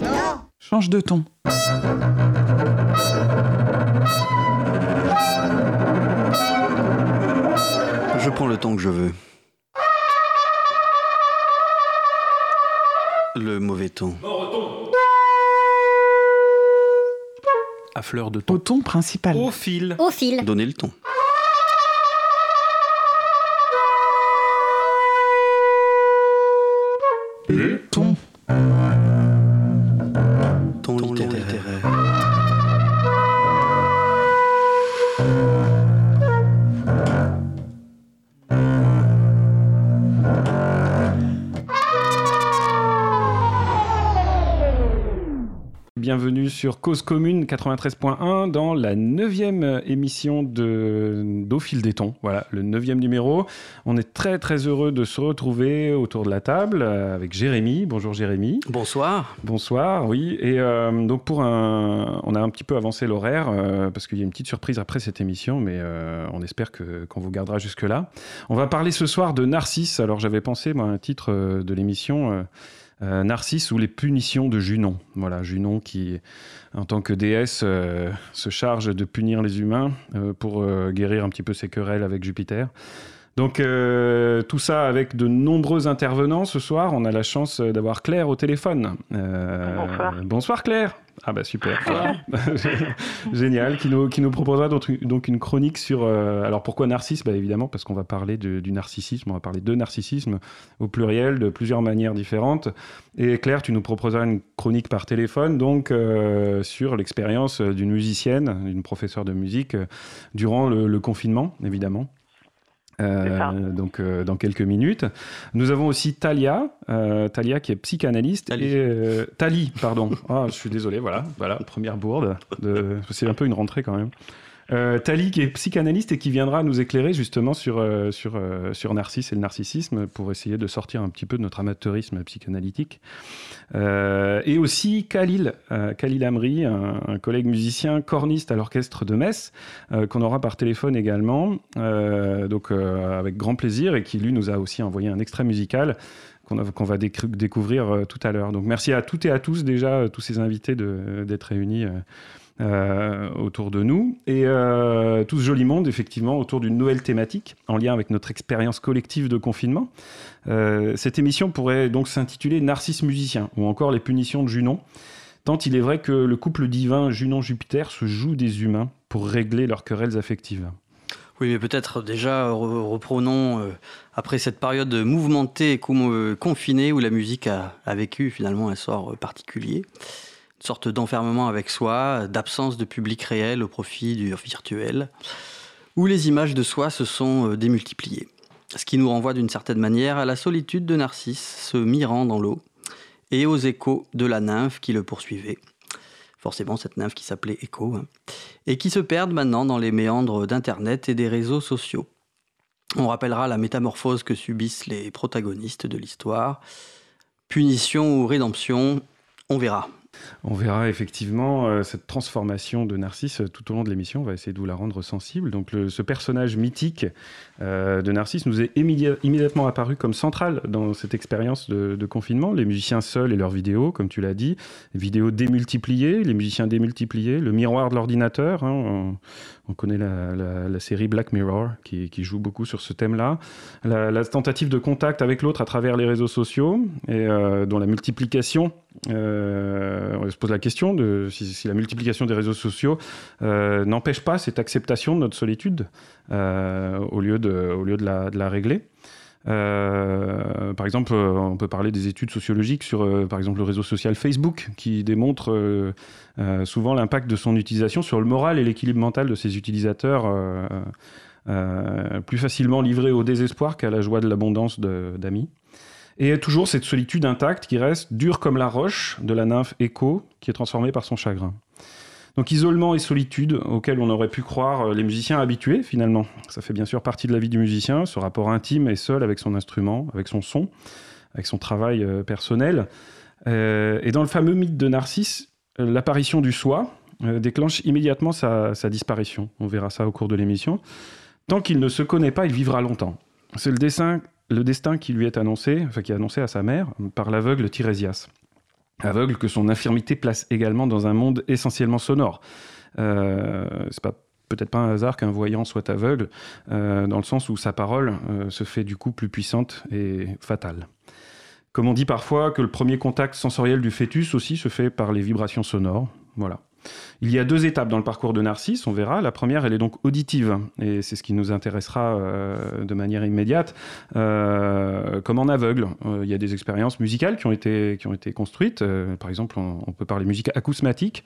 Change de ton. Je prends le ton que je veux. Le mauvais ton. À fleur de ton. Au ton principal. Au fil. Au fil. Donnez le ton. Le ton. Ton littéraire. Bienvenue sur Cause Commune 93.1 dans la 9e émission d'Au fil des tons. Voilà, le 9e numéro. On est très très heureux de se retrouver autour de la table avec Jérémy. Bonjour Jérémy. Bonsoir. Bonsoir, oui. Et donc on a un petit peu avancé l'horaire parce qu'il y a une petite surprise après cette émission, mais on espère qu'on vous gardera jusque-là. On va parler ce soir de Narcisse. Alors j'avais pensé, moi, un titre de l'émission... Narcisse ou les punitions de Junon. Voilà, Junon qui, en tant que déesse, se charge de punir les humains pour guérir un petit peu ses querelles avec Jupiter. Donc tout ça avec de nombreux intervenants ce soir. On a la chance d'avoir Claire au téléphone. Bonsoir. Bonsoir Claire. Ah bah super. Génial. Qui nous proposera donc une chronique sur... alors pourquoi Narcisse ? Bah évidemment parce qu'on va parler du narcissisme. On va parler de narcissisme au pluriel, de plusieurs manières différentes. Et Claire, tu nous proposeras une chronique par téléphone donc sur l'expérience d'une musicienne, d'une professeure de musique durant le confinement, évidemment. Donc dans quelques minutes. Nous avons aussi Talia qui est psychanalyste. Thalie, pardon. Ah, je suis désolé, voilà, première bourde. C'est un peu une rentrée quand même. Thalie qui est psychanalyste et qui viendra nous éclairer justement sur Narcisse et le narcissisme pour essayer de sortir un petit peu de notre amateurisme psychanalytique. Et aussi Khalil Amri, un collègue musicien corniste à l'orchestre de Metz, qu'on aura par téléphone également, avec grand plaisir, et qui lui nous a aussi envoyé un extrait musical qu'on va découvrir tout à l'heure. Donc merci à toutes et à tous déjà, tous ces invités d'être réunis autour de nous, et tout ce joli monde effectivement autour d'une nouvelle thématique en lien avec notre expérience collective de confinement. Cette émission pourrait donc s'intituler Narcisse musicien ou encore les punitions de Junon, tant il est vrai que le couple divin Junon-Jupiter se joue des humains pour régler leurs querelles affectives. Oui, mais peut-être déjà reprenons, après cette période mouvementée et confinée où la musique a vécu finalement un sort particulier, une sorte d'enfermement avec soi, d'absence de public réel au profit du virtuel, où les images de soi se sont démultipliées. Ce qui nous renvoie d'une certaine manière à la solitude de Narcisse, se mirant dans l'eau, et aux échos de la nymphe qui le poursuivait. Forcément, cette nymphe qui s'appelait Écho, et qui se perdent maintenant dans les méandres d'Internet et des réseaux sociaux. On rappellera la métamorphose que subissent les protagonistes de l'histoire. Punition ou rédemption, on verra. On verra effectivement cette transformation de Narcisse tout au long de l'émission. On va essayer de vous la rendre sensible. Donc ce personnage mythique de Narcisse nous est immédiatement apparu comme central dans cette expérience de confinement. Les musiciens seuls et leurs vidéos, comme tu l'as dit, les vidéos démultipliées, les musiciens démultipliés, le miroir de l'ordinateur. On connaît la série Black Mirror qui joue beaucoup sur ce thème-là. La tentative de contact avec l'autre à travers les réseaux sociaux et dont la multiplication... on se pose la question de si la multiplication des réseaux sociaux n'empêche pas cette acceptation de notre solitude au lieu de la régler. Par exemple, on peut parler des études sociologiques sur, par exemple, le réseau social Facebook qui démontre souvent l'impact de son utilisation sur le moral et l'équilibre mental de ses utilisateurs, plus facilement livrés au désespoir qu'à la joie de l'abondance d'amis. Et toujours cette solitude intacte qui reste dure comme la roche de la nymphe Écho qui est transformée par son chagrin. Donc isolement et solitude auquel on aurait pu croire les musiciens habitués finalement. Ça fait bien sûr partie de la vie du musicien, ce rapport intime et seul avec son instrument, avec son son, avec son travail personnel. Et dans le fameux mythe de Narcisse, l'apparition du soi déclenche immédiatement sa disparition. On verra ça au cours de l'émission. Tant qu'il ne se connaît pas, il vivra longtemps. C'est le destin qui lui est annoncé, qui est annoncé à sa mère par l'aveugle Tirésias. Aveugle que son infirmité place également dans un monde essentiellement sonore. C'est peut-être pas un hasard qu'un voyant soit aveugle, dans le sens où sa parole se fait du coup plus puissante et fatale. Comme on dit parfois que le premier contact sensoriel du fœtus aussi se fait par les vibrations sonores. Voilà. Il y a 2 étapes dans le parcours de Narcisse, on verra. La première, elle est donc auditive, et c'est ce qui nous intéressera de manière immédiate. Comme en aveugle, il y a des expériences musicales qui ont été construites. Par exemple, on peut parler musique acousmatique,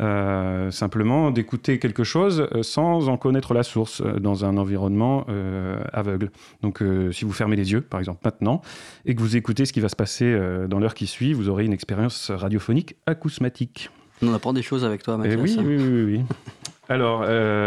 simplement d'écouter quelque chose sans en connaître la source dans un environnement aveugle. Donc, si vous fermez les yeux, par exemple, maintenant, et que vous écoutez ce qui va se passer dans l'heure qui suit, vous aurez une expérience radiophonique acousmatique. On apprend des choses avec toi, Mathias. Oui. Alors,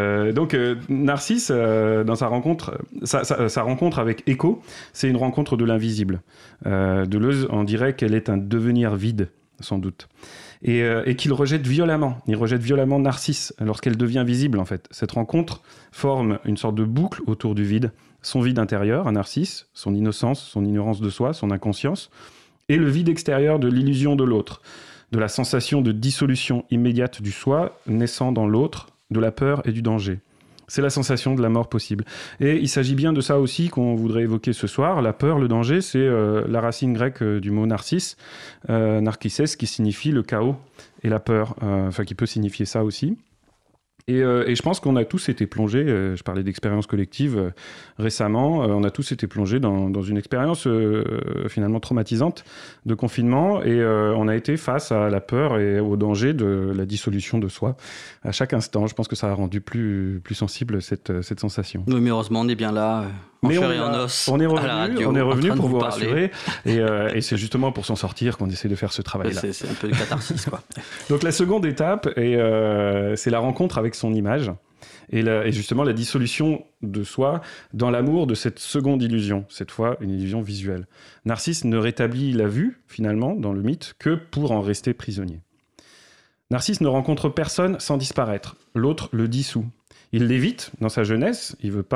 Narcisse, dans sa rencontre avec Echo, c'est une rencontre de l'invisible. Deleuze en dirait qu'elle est un devenir vide, sans doute. Et qu'il rejette violemment. Il rejette violemment Narcisse lorsqu'elle devient visible, en fait. Cette rencontre forme une sorte de boucle autour du vide. Son vide intérieur, à Narcisse, son innocence, son ignorance de soi, son inconscience, et le vide extérieur de l'illusion de l'autre, de la sensation de dissolution immédiate du soi naissant dans l'autre, de la peur et du danger. C'est la sensation de la mort possible. Et il s'agit bien de ça aussi qu'on voudrait évoquer ce soir. La peur, le danger, c'est la racine grecque du mot narcisse, narcisses, qui signifie le chaos et la peur, qui peut signifier ça aussi. Et je pense qu'on a tous été plongés, je parlais d'expérience collective récemment, on a tous été plongés dans une expérience finalement traumatisante de confinement, et on a été face à la peur et au danger de la dissolution de soi à chaque instant. Je pense que ça a rendu plus sensible cette sensation. Oui, mais heureusement, on est bien là. En chair et en os, on est revenu pour vous parler. rassurer, et c'est justement pour s'en sortir qu'on essaie de faire ce travail-là. C'est un peu de catharsis, quoi. Donc la seconde étape, c'est la rencontre avec son image, et justement la dissolution de soi dans l'amour de cette seconde illusion, cette fois une illusion visuelle. Narcisse ne rétablit la vue, finalement, dans le mythe, que pour en rester prisonnier. Narcisse ne rencontre personne sans disparaître, l'autre le dissout. Il l'évite dans sa jeunesse, il veut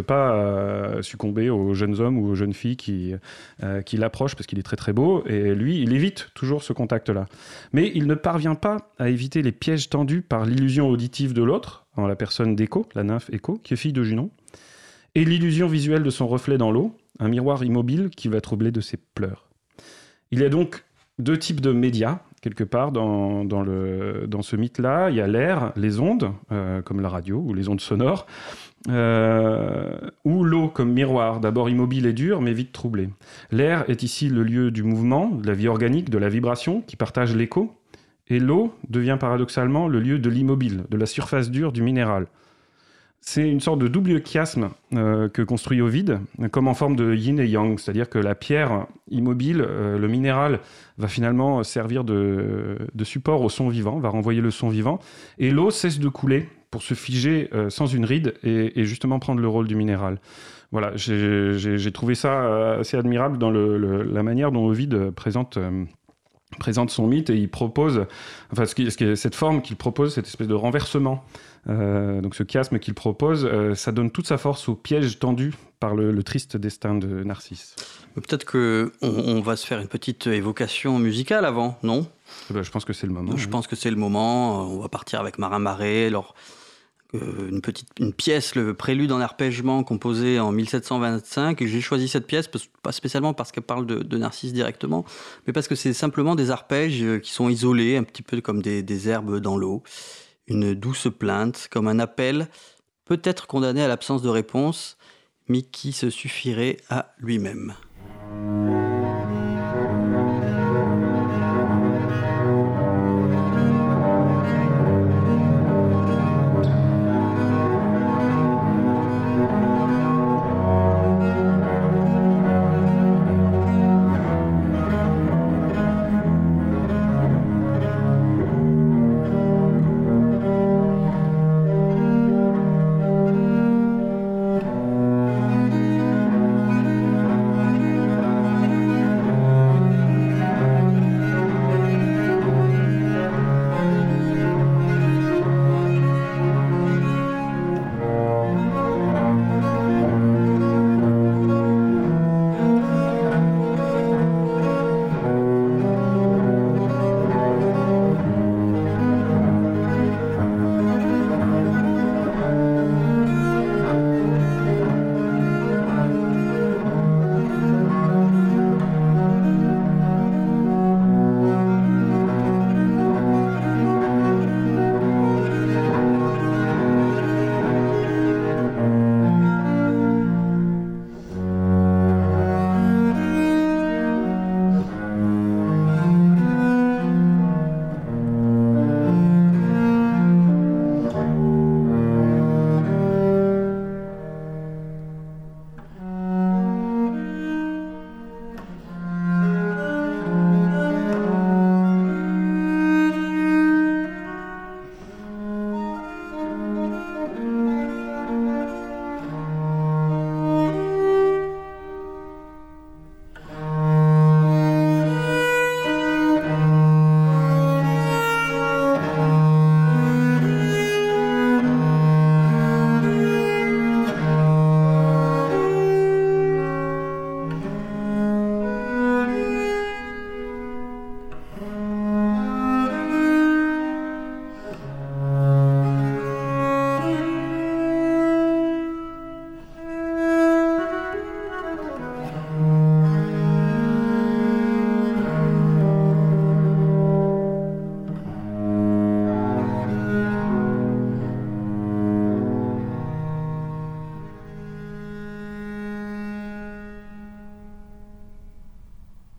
pas succomber aux jeunes hommes ou aux jeunes filles qui l'approchent parce qu'il est très très beau, et lui, il évite toujours ce contact-là. Mais il ne parvient pas à éviter les pièges tendus par l'illusion auditive de l'autre, en la personne d'Echo, la nymphe Echo, qui est fille de Junon, et l'illusion visuelle de son reflet dans l'eau, un miroir immobile qui va troubler de ses pleurs. Il y a donc 2 types de médias, quelque part, dans ce mythe-là. Il y a l'air, les ondes, comme la radio, ou les ondes sonores, ou l'eau comme miroir, d'abord immobile et dur, mais vite troublé. L'air est ici le lieu du mouvement, de la vie organique, de la vibration, qui partage l'écho, et l'eau devient paradoxalement le lieu de l'immobile, de la surface dure du minéral. C'est une sorte de double chiasme que construit Ovide, comme en forme de yin et yang, c'est-à-dire que la pierre immobile, le minéral, va finalement servir de support au son vivant, va renvoyer le son vivant, et l'eau cesse de couler pour se figer sans une ride et justement prendre le rôle du minéral. Voilà, j'ai trouvé ça assez admirable dans la manière dont Ovide présente son mythe, et il propose, cette forme qu'il propose, cette espèce de renversement, donc ce chiasme qu'il propose, ça donne toute sa force au piège tendu par le triste destin de Narcisse. Peut-être qu'on va se faire une petite évocation musicale avant, non ? Je pense que c'est le moment. Je pense que c'est le moment. On va partir avec Marin Marais. Une pièce, le prélude en arpègement composé en 1725. Et j'ai choisi cette pièce, pas spécialement parce qu'elle parle de Narcisse directement, mais parce que c'est simplement des arpèges qui sont isolés, un petit peu comme des herbes dans l'eau. Une douce plainte, comme un appel, peut-être condamné à l'absence de réponse, mais qui se suffirait à lui-même.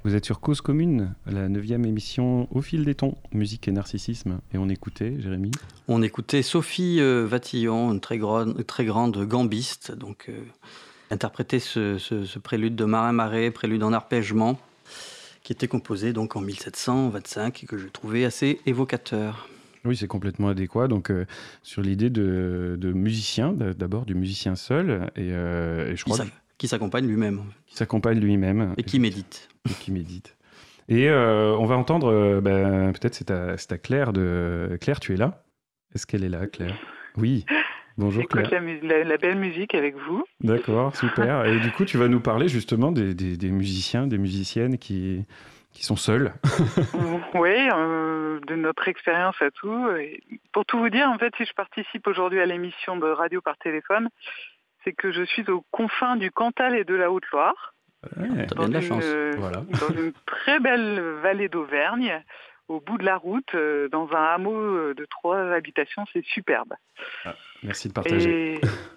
Vous êtes sur Cause Commune, la 9e émission Au fil des tons, musique et narcissisme. Et on écoutait, Jérémy? On écoutait Sophie Vatillon, une très grande gambiste, donc interpréter ce prélude de Marin Marais, prélude en arpègement, qui était composé donc en 1725 et que je trouvais assez évocateur. Oui, c'est complètement adéquat. Donc, sur l'idée de musicien, d'abord du musicien seul, et je crois qui s'accompagne lui-même. Qui s'accompagne lui-même. Et qui médite. Et qui médite. Et on va entendre, peut-être c'est à Claire Claire, tu es là? Est-ce qu'elle est là, Claire? Oui. Bonjour Claire. J'écoute la belle musique avec vous. D'accord, super. Et du coup, tu vas nous parler justement des musiciens, des musiciennes qui sont seuls. Oui, de notre expérience à tout. Et pour tout vous dire, en fait, si je participe aujourd'hui à l'émission de radio par téléphone, c'est que je suis aux confins du Cantal et de la Haute-Loire. Ouais, t'as bien de la chance. Voilà. Dans une très belle vallée d'Auvergne, au bout de la route, dans un hameau de 3 habitations, c'est superbe. Ah, merci de partager.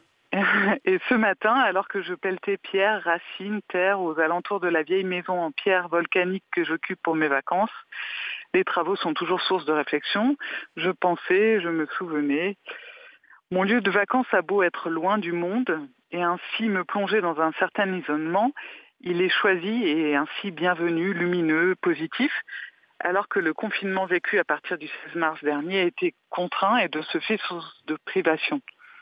Et ce matin, alors que je pelletais pierres, racines, terre aux alentours de la vieille maison en pierre volcanique que j'occupe pour mes vacances, les travaux sont toujours source de réflexion. Je pensais, je me souvenais. Mon lieu de vacances a beau être loin du monde et ainsi me plonger dans un certain isolement, il est choisi et ainsi bienvenu, lumineux, positif, alors que le confinement vécu à partir du 16 mars dernier a été contraint et de ce fait source de privation.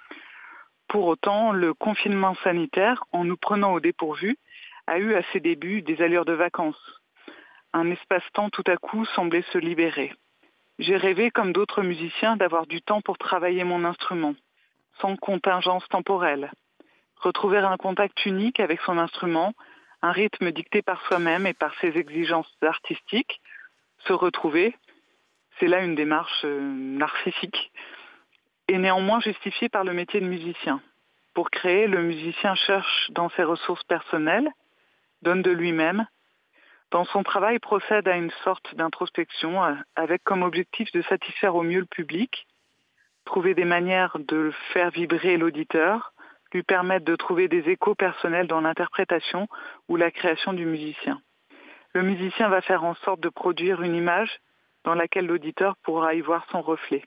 Pour autant, le confinement sanitaire, en nous prenant au dépourvu, a eu à ses débuts des allures de vacances. Un espace-temps tout à coup semblait se libérer. J'ai rêvé, comme d'autres musiciens, d'avoir du temps pour travailler mon instrument, sans contingence temporelle. Retrouver un contact unique avec son instrument, un rythme dicté par soi-même et par ses exigences artistiques. Se retrouver, c'est là une démarche narcissique, et néanmoins justifiée par le métier de musicien. Pour créer, le musicien cherche dans ses ressources personnelles, donne de lui-même. Dans son travail, procède à une sorte d'introspection avec comme objectif de satisfaire au mieux le public, trouver des manières de faire vibrer l'auditeur, lui permettre de trouver des échos personnels dans l'interprétation ou la création du musicien. Le musicien va faire en sorte de produire une image dans laquelle l'auditeur pourra y voir son reflet.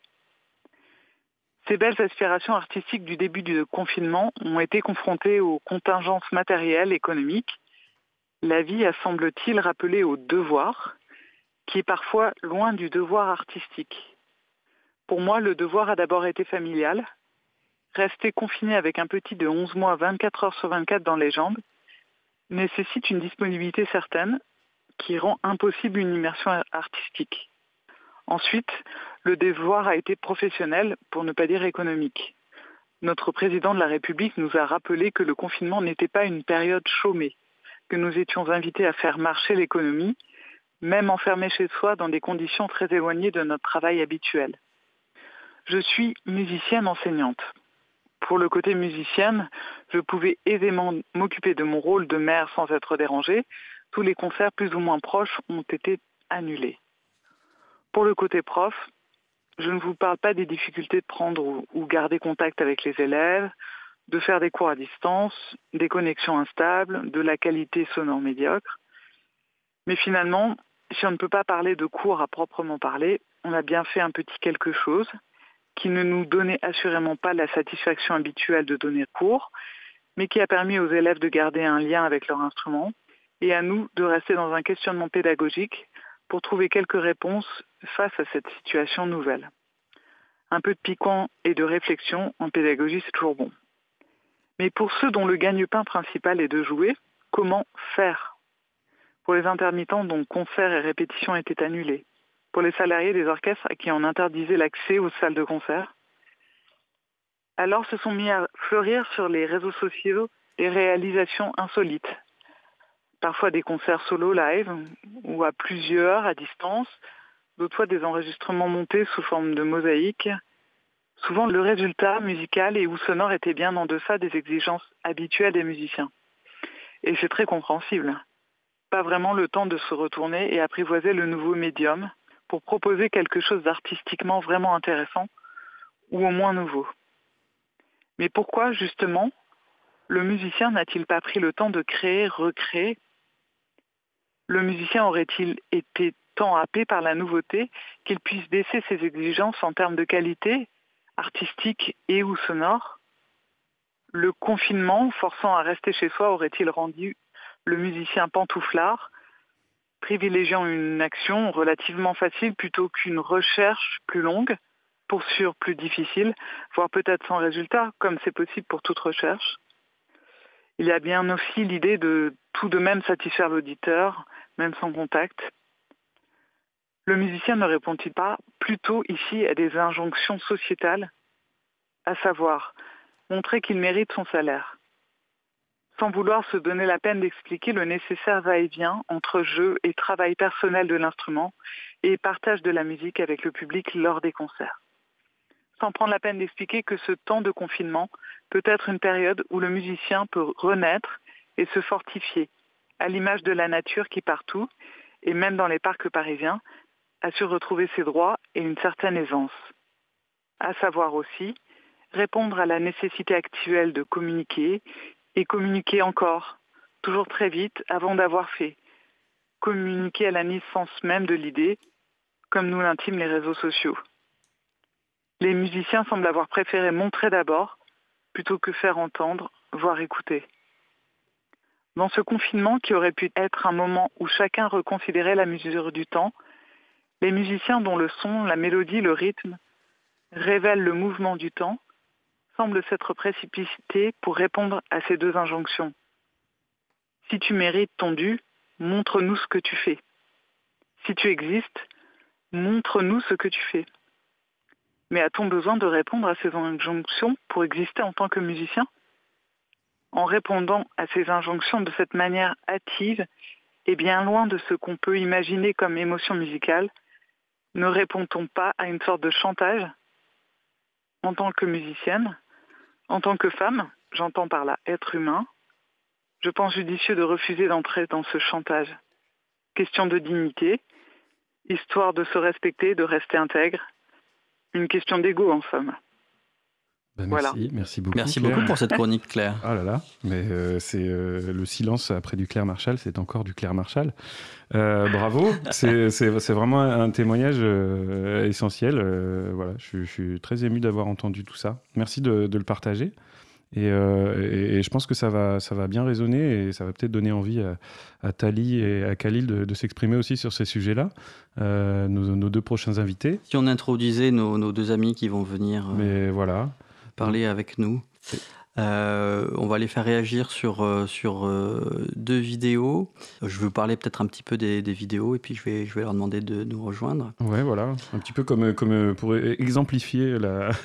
Ces belles aspirations artistiques du début du confinement ont été confrontées aux contingences matérielles, économiques. La vie a, semble-t-il, rappelé au devoir, qui est parfois loin du devoir artistique. Pour moi, le devoir a d'abord été familial. Rester confiné avec un petit de 11 mois, 24 heures sur 24 dans les jambes, nécessite une disponibilité certaine qui rend impossible une immersion artistique. Ensuite, le devoir a été professionnel, pour ne pas dire économique. Notre président de la République nous a rappelé que le confinement n'était pas une période chômée, que nous étions invités à faire marcher l'économie, même enfermés chez soi dans des conditions très éloignées de notre travail habituel. Je suis musicienne enseignante. Pour le côté musicienne, je pouvais aisément m'occuper de mon rôle de mère sans être dérangée. Tous les concerts plus ou moins proches ont été annulés. Pour le côté prof, je ne vous parle pas des difficultés de prendre ou garder contact avec les élèves, de faire des cours à distance, des connexions instables, de la qualité sonore médiocre. Mais finalement, si on ne peut pas parler de cours à proprement parler, on a bien fait un petit quelque chose qui ne nous donnait assurément pas la satisfaction habituelle de donner cours, mais qui a permis aux élèves de garder un lien avec leur instrument et à nous de rester dans un questionnement pédagogique pour trouver quelques réponses face à cette situation nouvelle. Un peu de piquant et de réflexion en pédagogie, c'est toujours bon. Mais pour ceux dont le gagne-pain principal est de jouer, comment faire? Pour les intermittents dont concerts et répétitions étaient annulés, pour les salariés des orchestres à qui on interdisait l'accès aux salles de concert. Alors se sont mis à fleurir sur les réseaux sociaux des réalisations insolites. Parfois des concerts solo live ou à plusieurs à distance, d'autres fois des enregistrements montés sous forme de mosaïque. Souvent le résultat musical et ou sonore était bien en deçà des exigences habituelles des musiciens. Et c'est très compréhensible. Pas vraiment le temps de se retourner et apprivoiser le nouveau médium pour proposer quelque chose d'artistiquement vraiment intéressant ou au moins nouveau. Mais pourquoi, justement, le musicien n'a-t-il pas pris le temps de créer, recréer? Le musicien aurait-il été tant happé par la nouveauté qu'il puisse baisser ses exigences en termes de qualité artistique et ou sonore? Le confinement, forçant à rester chez soi, aurait-il rendu le musicien pantouflard, privilégiant une action relativement facile plutôt qu'une recherche plus longue, pour sûr plus difficile, voire peut-être sans résultat, comme c'est possible pour toute recherche? Il y a bien aussi l'idée de tout de même satisfaire l'auditeur, même sans contact. Le musicien ne répond-il pas plutôt ici à des injonctions sociétales, à savoir montrer qu'il mérite son salaire, sans vouloir se donner la peine d'expliquer le nécessaire va-et-vient entre jeu et travail personnel de l'instrument et partage de la musique avec le public lors des concerts, sans prendre la peine d'expliquer que ce temps de confinement peut être une période où le musicien peut renaître et se fortifier, à l'image de la nature qui partout, et même dans les parcs parisiens, a su retrouver ses droits et une certaine aisance. À savoir aussi répondre à la nécessité actuelle de communiquer et communiquer encore, toujours très vite avant d'avoir fait. Communiquer à la naissance même de l'idée, comme nous l'intiment les réseaux sociaux. Les musiciens semblent avoir préféré montrer d'abord, plutôt que faire entendre, voire écouter. Dans ce confinement qui aurait pu être un moment où chacun reconsidérait la mesure du temps, les musiciens dont le son, la mélodie, le rythme révèlent le mouvement du temps, semblent s'être précipités pour répondre à ces deux injonctions. Si tu mérites ton dû, montre-nous ce que tu fais. Si tu existes, montre-nous ce que tu fais. Mais a-t-on besoin de répondre à ces injonctions pour exister en tant que musicien? En répondant à ces injonctions de cette manière hâtive et bien loin de ce qu'on peut imaginer comme émotion musicale, ne répond-on pas à une sorte de chantage? En tant que musicienne, en tant que femme, j'entends par là être humain, je pense judicieux de refuser d'entrer dans ce chantage. Question de dignité, histoire de se respecter, de rester intègre, une question d'ego en somme. Merci, voilà. Merci beaucoup. Merci Claire. beaucoup pour cette chronique, Claire. Ah là là, mais c'est le silence après du Claire Marchal, c'est encore du Claire Marchal. Bravo, c'est vraiment un témoignage essentiel. Voilà, je suis très ému d'avoir entendu tout ça. Merci de le partager. Et je pense que ça va bien résonner et ça va peut-être donner envie à Tali et à Khalil de s'exprimer aussi sur ces sujets-là, nos deux prochains invités. Si on introduisait nos deux amis qui vont venir Mais voilà. parler avec nous, on va les faire réagir sur deux vidéos. Je veux parler peut-être un petit peu des vidéos et puis je vais leur demander de nous rejoindre. Ouais, voilà, un petit peu comme pour exemplifier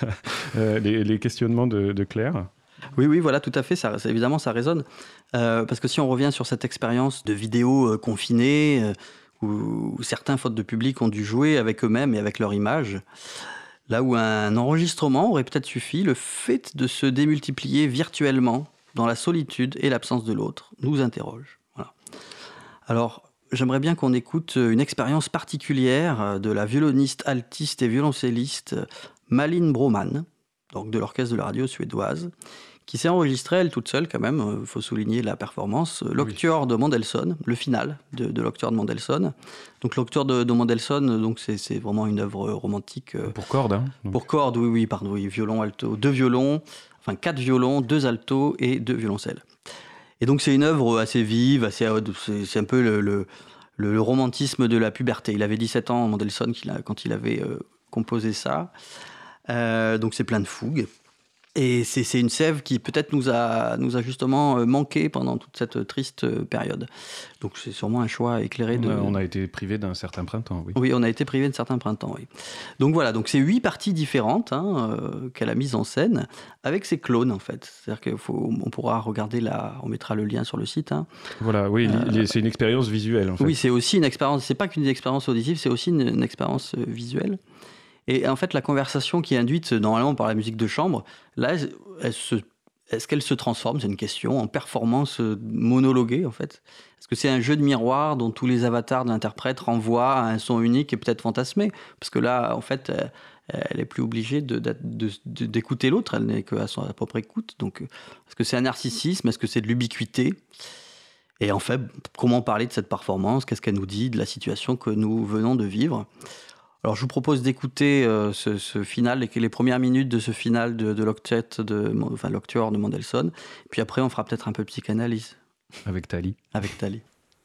les questionnements de Claire. Oui, voilà, tout à fait. Évidemment, ça résonne. Parce que si on revient sur cette expérience de vidéo confinée, où certains, faute de public, ont dû jouer avec eux-mêmes et avec leur image, là où un enregistrement aurait peut-être suffi, le fait de se démultiplier virtuellement dans la solitude et l'absence de l'autre nous interroge. Voilà. Alors, j'aimerais bien qu'on écoute une expérience particulière de la violoniste, altiste et violoncelliste Malin Broman, donc de l'orchestre de la radio suédoise, qui s'est enregistrée, elle toute seule quand même, il faut souligner la performance, l'Octuor de Mendelssohn, le final de l'Octuor de Mendelssohn. Donc l'Octuor de Mendelssohn, donc c'est vraiment une œuvre romantique. Pour cordes, hein. Pour cordes, oui, violon, alto, 2 violons, enfin 4 violons, 2 altos et 2 violoncelles. Et donc c'est une œuvre assez vive, c'est un peu le romantisme de la puberté. Il avait 17 ans, Mendelssohn, quand il avait composé ça. Donc c'est plein de fougues. Et c'est une sève qui peut-être nous a justement manqué pendant toute cette triste période. Donc c'est sûrement un choix éclairé On a été privé d'un certain printemps, oui. Oui, on a été privé de certains printemps, oui. Donc voilà, donc c'est 8 parties différentes qu'elle a mises en scène avec ses clones en fait. C'est-à-dire qu'on pourra regarder on mettra le lien sur le site. Voilà, oui, c'est une expérience visuelle en fait. Oui, c'est aussi une expérience, c'est pas qu'une expérience auditive, c'est aussi une expérience visuelle. Et en fait, la conversation qui est induite normalement par la musique de chambre, là, est-ce qu'elle se transforme, c'est une question, en performance monologuée en fait? Est-ce que c'est un jeu de miroir dont tous les avatars de l'interprète renvoient à un son unique et peut-être fantasmé? Parce que là, en fait, elle n'est plus obligée d'écouter l'autre, elle n'est qu'à sa propre écoute. Donc, est-ce que c'est un narcissisme? Est-ce que c'est de l'ubiquité? Et en fait, comment parler de cette performance? Qu'est-ce qu'elle nous dit de la situation que nous venons de vivre? Alors, je vous propose d'écouter ce final, les premières minutes de ce final de l'octet, l'octuor de Mendelssohn. Puis après, on fera peut-être un peu de psychanalyse. Avec Thalie. Avec Thalie.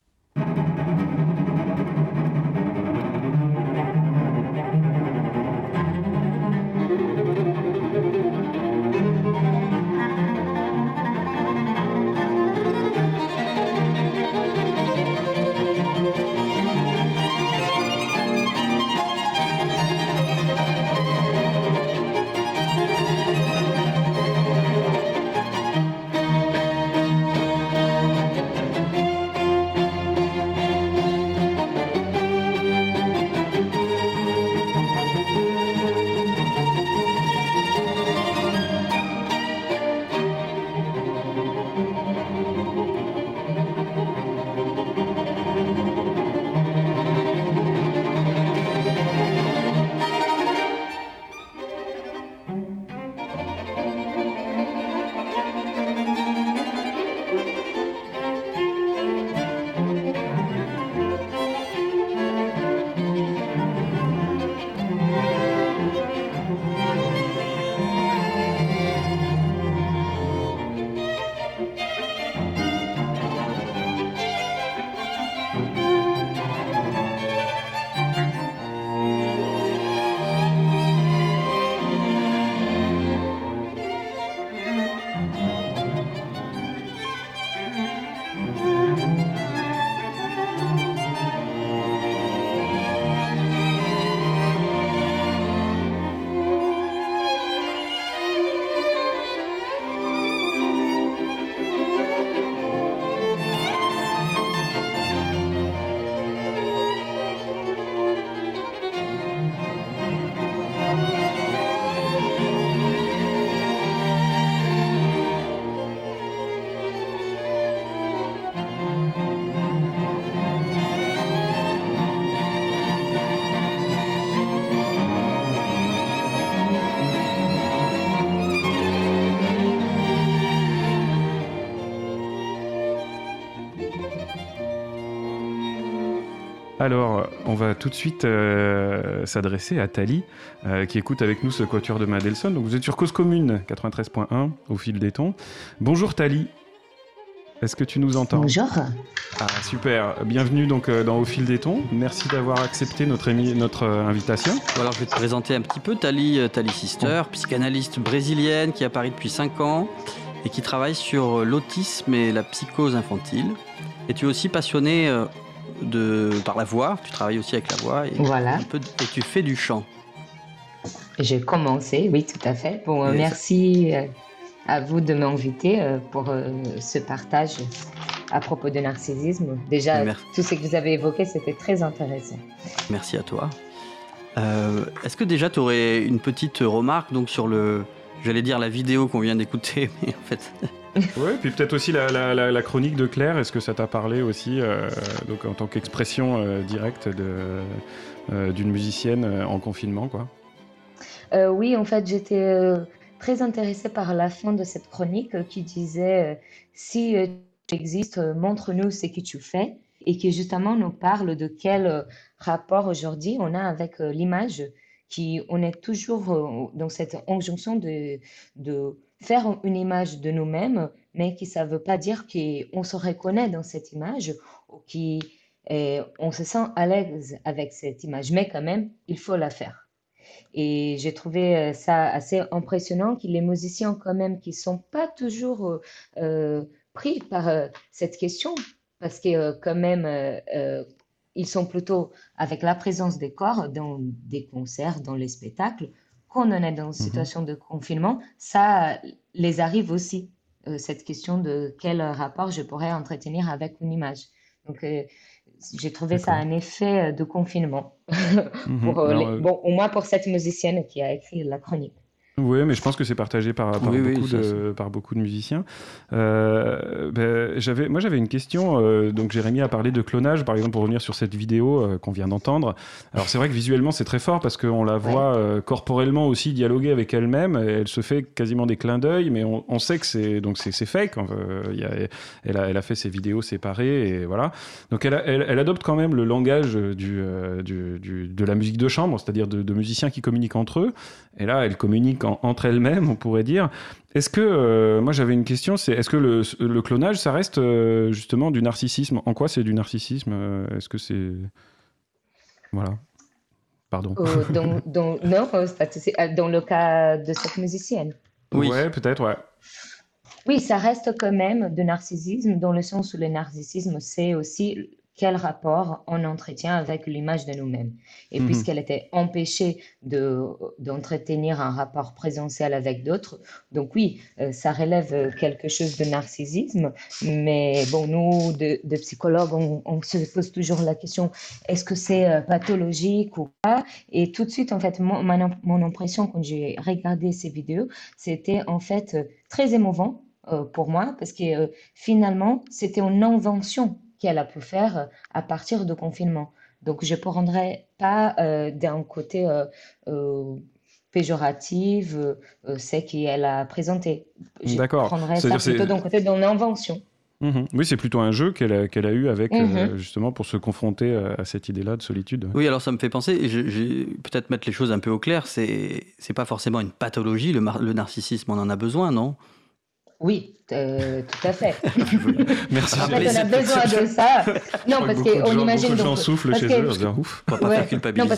Alors, on va tout de suite s'adresser à Thalie, qui écoute avec nous ce quatuor de Mendelssohn. Donc, vous êtes sur Cause Commune 93.1, au fil des tons. Bonjour Thalie, est-ce que tu nous entends? Bonjour. Ah, super, bienvenue donc dans Au fil des tons. Merci d'avoir accepté notre invitation. Alors, je vais te présenter un petit peu Thalie Sister, psychanalyste brésilienne qui est à Paris depuis 5 ans et qui travaille sur l'autisme et la psychose infantile. Et tu es aussi passionnée par la voix, tu travailles aussi avec la voix et, Voilà. et tu fais du chant. J'ai commencé, oui, tout à fait. Bon, merci à vous de m'inviter pour ce partage à propos de narcissisme. Déjà, tout ce que vous avez évoqué, c'était très intéressant. Merci à toi. Est-ce que déjà tu aurais une petite remarque donc, sur j'allais dire la vidéo qu'on vient d'écouter, mais en fait... Oui, puis peut-être aussi la chronique de Claire, est-ce que ça t'a parlé aussi donc en tant qu'expression directe d'une musicienne en confinement, quoi? Oui, en fait, j'étais très intéressée par la fin de cette chronique qui disait si tu existes, montre-nous ce que tu fais, et qui justement nous parle de quel rapport aujourd'hui on a avec l'image, on est toujours dans cette injonction de faire une image de nous-mêmes, mais ça ne veut pas dire qu'on se reconnaît dans cette image ou qu'on se sent à l'aise avec cette image, mais quand même, il faut la faire. Et j'ai trouvé ça assez impressionnant que les musiciens quand même qui ne sont pas toujours pris par cette question, parce que quand même, ils sont plutôt avec la présence des corps dans des concerts, dans les spectacles. Quand on est dans une situation de confinement, ça les arrive aussi, cette question de quel rapport je pourrais entretenir avec une image. Donc, j'ai trouvé ça un effet de confinement, bon, au moins pour cette musicienne qui a écrit la chronique. Oui, mais je pense que c'est partagé par beaucoup de musiciens. J'avais une question. Donc Jérémy a parlé de clonage, par exemple, pour revenir sur cette vidéo qu'on vient d'entendre. Alors c'est vrai que visuellement c'est très fort parce qu'on la voit corporellement aussi dialoguer avec elle-même. Elle se fait quasiment des clins d'œil, mais on sait que c'est fake. Elle a fait ses vidéos séparées et voilà. Donc elle adopte quand même le langage de la musique de chambre, c'est-à-dire de musiciens qui communiquent entre eux. Et là, elle communique entre elles-mêmes, on pourrait dire. Est-ce que, moi j'avais une question, est-ce que le clonage, ça reste justement du narcissisme ? En quoi c'est du narcissisme ? Est-ce que c'est... Voilà. Pardon. Non, c'est dans le cas de cette musicienne. Oui. Ouais, peut-être, ouais. Oui, ça reste quand même du narcissisme, dans le sens où le narcissisme, c'est aussi quel rapport on entretient avec l'image de nous-mêmes. Et puisqu'elle était empêchée d'entretenir un rapport présentiel avec d'autres, donc oui, ça relève quelque chose de narcissisme, mais bon, nous, de psychologues, on se pose toujours la question, est-ce que c'est pathologique ou pas? Et tout de suite, en fait, mon impression quand j'ai regardé ces vidéos, c'était en fait très émouvant pour moi, parce que finalement, c'était une invention qu'elle a pu faire à partir du confinement. Donc, je ne prendrais pas d'un côté péjoratif ce qu'elle a présenté. Je prendrais ça plutôt d'un côté d'une invention. Oui, c'est plutôt un jeu qu'elle a eu avec, justement, pour se confronter à cette idée-là de solitude. Oui, alors ça me fait penser, et peut-être mettre les choses un peu au clair, c'est pas forcément une pathologie, le narcissisme, on en a besoin, non ? Oui, tout à fait. Merci. En fait, on a besoin de ça. Non, parce qu'on imagine... Beaucoup de gens soufflent chez eux, c'est ouf. On va pas faire culpabiliser. Non, parce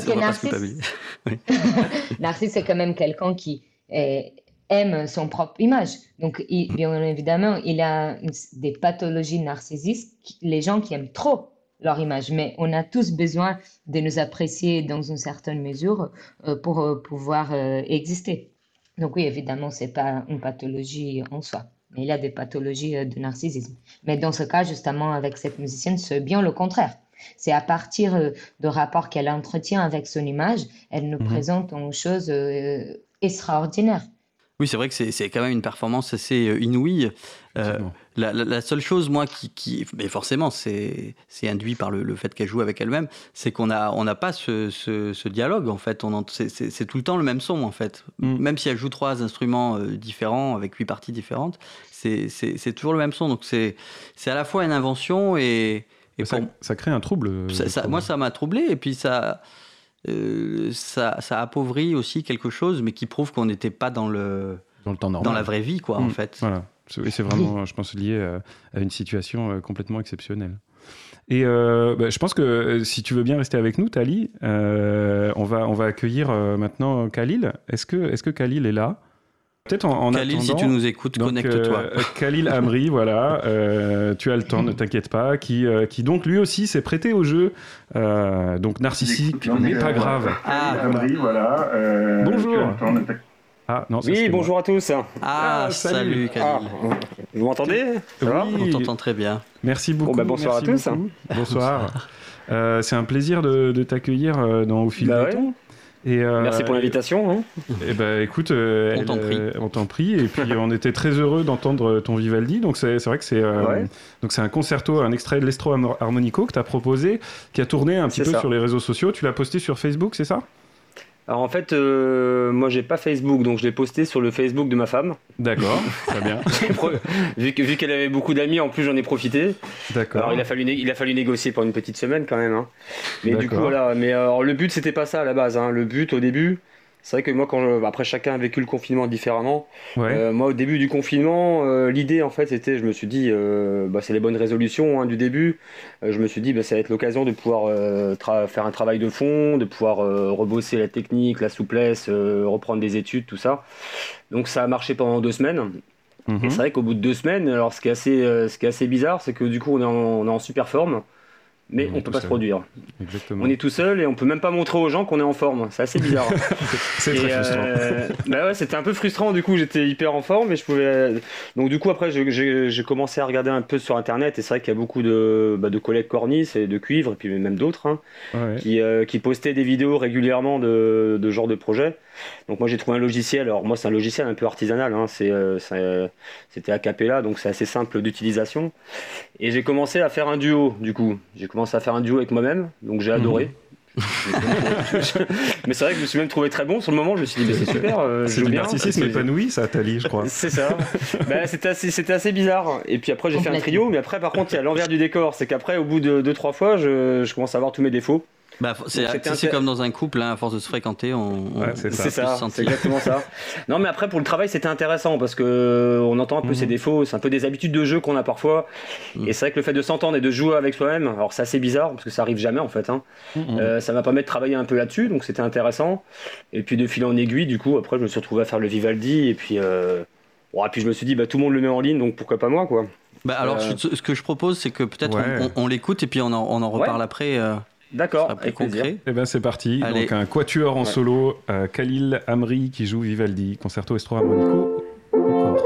que Narcisse, c'est quand même quelqu'un qui aime son propre image. Donc, bien évidemment, il a des pathologies narcissistes, les gens qui aiment trop leur image. Mais on a tous besoin de nous apprécier dans une certaine mesure pour pouvoir exister. Donc oui, évidemment, c'est pas une pathologie en soi, mais il y a des pathologies de narcissisme. Mais dans ce cas, justement, avec cette musicienne, c'est bien le contraire. C'est à partir de rapports qu'elle entretient avec son image, elle nous présente une chose extraordinaire. Oui, c'est vrai que c'est quand même une performance assez inouïe. La seule chose, moi, mais forcément, c'est induit par le fait qu'elle joue avec elle-même, c'est qu'on n'a pas ce dialogue, en fait. C'est tout le temps le même son, en fait. Même si elle joue 3 instruments différents, avec 8 parties différentes, c'est toujours le même son. Donc, c'est à la fois une invention et ça crée un trouble. Moi, ça m'a troublé, et puis ça appauvrit aussi quelque chose, mais qui prouve qu'on n'était pas dans le temps normal, dans la vraie vie, quoi, en fait. Voilà. C'est vraiment, je pense, lié à une situation complètement exceptionnelle. Et je pense que si tu veux bien rester avec nous, Tali, on va accueillir maintenant Khalil. Est-ce que Khalil est là ? Peut-être en Khalil, attendant, si tu nous écoutes, connecte-toi. Khalil Amri, voilà, tu as le temps, ne t'inquiète pas, qui donc lui aussi s'est prêté au jeu, donc narcissique, mais pas grave. Khalil Amri, voilà. Bonjour. Non, oui, bonjour à tous. Salut Khalil. Vous m'entendez ? Oui, on t'entend très bien. Merci beaucoup. Bonsoir à tous. Bonsoir. C'est un plaisir de t'accueillir dans Au fil du temps. Et merci pour l'invitation. Écoute, on t'en prie. Et puis on était très heureux d'entendre ton Vivaldi. Donc c'est vrai que c'est un concerto, un extrait de l'Estro Armonico que tu as proposé, qui a tourné un petit peu sur les réseaux sociaux. Tu l'as posté sur Facebook, c'est ça ? Alors en fait, moi j'ai pas Facebook, donc je l'ai posté sur le Facebook de ma femme. D'accord, très bien. vu qu'elle avait beaucoup d'amis, en plus j'en ai profité. D'accord. Alors il a fallu négocier pendant une petite semaine quand même. Hein. Mais du coup voilà. Mais alors le but c'était pas ça à la base. Hein. Le but au début, c'est vrai que moi après chacun a vécu le confinement différemment. Ouais. Moi au début du confinement, l'idée en fait c'était, je me suis dit, c'est les bonnes résolutions du début. Je me suis dit ça va être l'occasion de pouvoir faire un travail de fond, de pouvoir rebosser la technique, la souplesse, reprendre des études, tout ça. Donc ça a marché pendant 2 semaines. Et c'est vrai qu'au bout de 2 semaines, alors ce qui est assez bizarre, c'est que du coup on est en super forme. mais on peut pas se produire. Exactement. On est tout seul et on peut même pas montrer aux gens qu'on est en forme. C'est assez bizarre. C'est très frustrant. Bah ouais, c'était un peu frustrant. Du coup, j'étais hyper en forme, mais je pouvais. Donc du coup, après, j'ai commencé à regarder un peu sur Internet. Et c'est vrai qu'il y a beaucoup de collègues cornices et de cuivre, et puis même d'autres, hein, qui postaient des vidéos régulièrement de genre de projet. Donc moi, j'ai trouvé un logiciel. Alors moi, c'est un logiciel un peu artisanal. Hein. C'était a cappella, donc c'est assez simple d'utilisation. Et j'ai commencé à faire un duo. Du coup, j'ai commencé à faire un duo avec moi-même. Donc j'ai adoré. Mais c'est vrai que je me suis même trouvé très bon sur le moment. Je me suis dit, mais c'est super. C'est du narcissisme épanoui, ça, Tali, je crois. C'est ça. C'était assez bizarre. Et puis après, j'ai fait un trio. Mais après, par contre, il y a l'envers du décor. C'est qu'après, au bout de 2-3 fois, je commence à avoir tous mes défauts. C'est comme dans un couple, hein, à force de se fréquenter, c'est ça, c'est exactement ça. Non, mais après pour le travail c'était intéressant parce que on entend un peu ses défauts, c'est un peu des habitudes de jeu qu'on a parfois. Et c'est vrai que le fait de s'entendre et de jouer avec soi-même, alors c'est assez bizarre parce que ça arrive jamais en fait. Hein. Ça m'a permis de travailler un peu là-dessus, donc c'était intéressant. Et puis de fil en aiguille, du coup après je me suis retrouvé à faire le Vivaldi et puis puis je me suis dit tout le monde le met en ligne, donc pourquoi pas moi quoi. Alors ce que je propose c'est que peut-être on l'écoute et puis on en reparle après. D'accord, avec plaisir. Eh ben c'est parti. Allez. Donc un quatuor en solo, Khalil Amri qui joue Vivaldi, concerto estro harmonico au corps.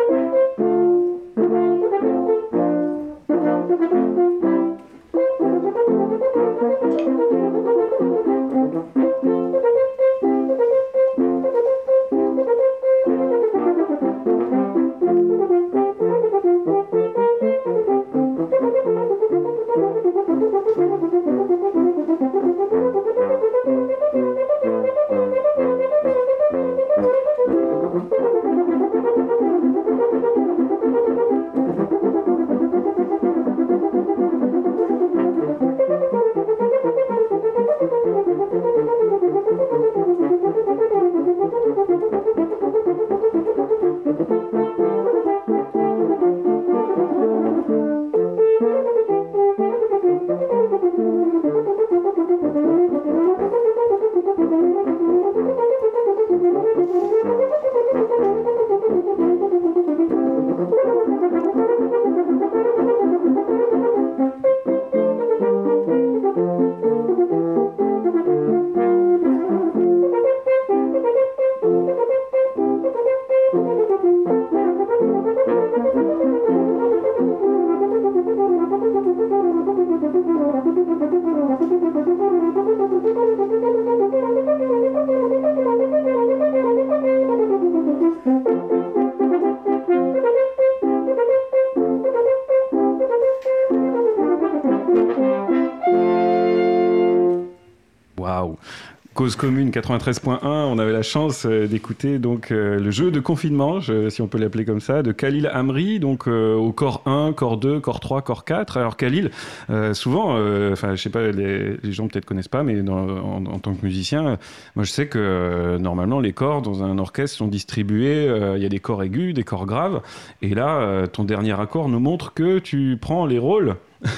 Waouh! Cause commune 93.1, on avait la chance d'écouter donc le jeu de confinement, si on peut l'appeler comme ça, de Khalil Amri, donc au corps 1, corps 2, corps 3, corps 4. Alors Khalil, souvent, je sais pas, les gens peut-être connaissent pas, mais en tant que musicien, moi je sais que normalement les corps dans un orchestre sont distribués, il y a des corps aigus, des corps graves, et là ton dernier accord nous montre que tu prends les rôles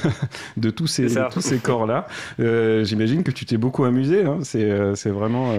de tous ces corps-là. J'imagine que tu t'es beaucoup amusé, hein. C'est vraiment...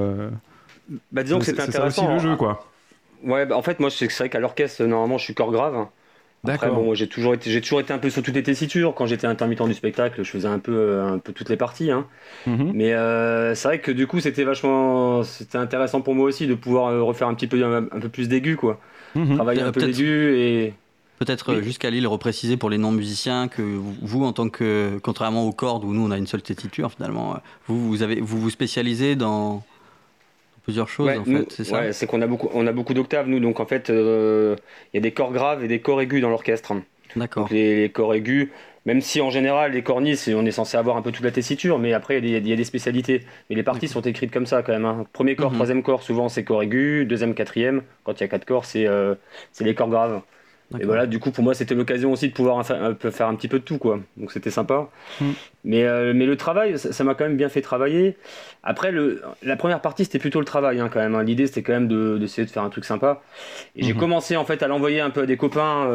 disons que c'était intéressant. C'est aussi le jeu, quoi. Ouais, en fait, moi, c'est vrai qu'à l'orchestre, normalement, je suis corps grave. Après, moi, j'ai toujours été un peu sur toutes les tessitures. Quand j'étais intermittent du spectacle, je faisais un peu toutes les parties. Hein. Mais c'est vrai que du coup, c'était intéressant pour moi aussi de pouvoir refaire un peu plus d'aigu, quoi. Travailler un peu d'aigu et... Peut-être juste Khalil repréciser pour les non-musiciens que vous, en tant que, contrairement aux cordes où nous on a une seule tessiture finalement, vous spécialisez dans plusieurs choses en fait, c'est ça? Ouais, c'est qu'on a beaucoup d'octaves nous, donc en fait il y a des corps graves et des corps aigus dans l'orchestre. D'accord. Donc les corps aigus, même si en général les cornices on est censé avoir un peu toute la tessiture, mais après il y a des spécialités. Mais les parties sont écrites comme ça quand même. Hein. Premier corps, troisième corps, souvent c'est corps aigu, deuxième, quatrième. Quand il y a 4 corps, c'est les corps graves. Et voilà, du coup, pour moi, c'était l'occasion aussi de pouvoir faire un petit peu de tout, quoi. Donc, c'était sympa. Mais le travail, ça m'a quand même bien fait travailler. Après, la première partie, c'était plutôt le travail, hein, quand même. Hein. L'idée, c'était quand même d'essayer de faire un truc sympa. Et j'ai commencé, en fait, à l'envoyer un peu à des copains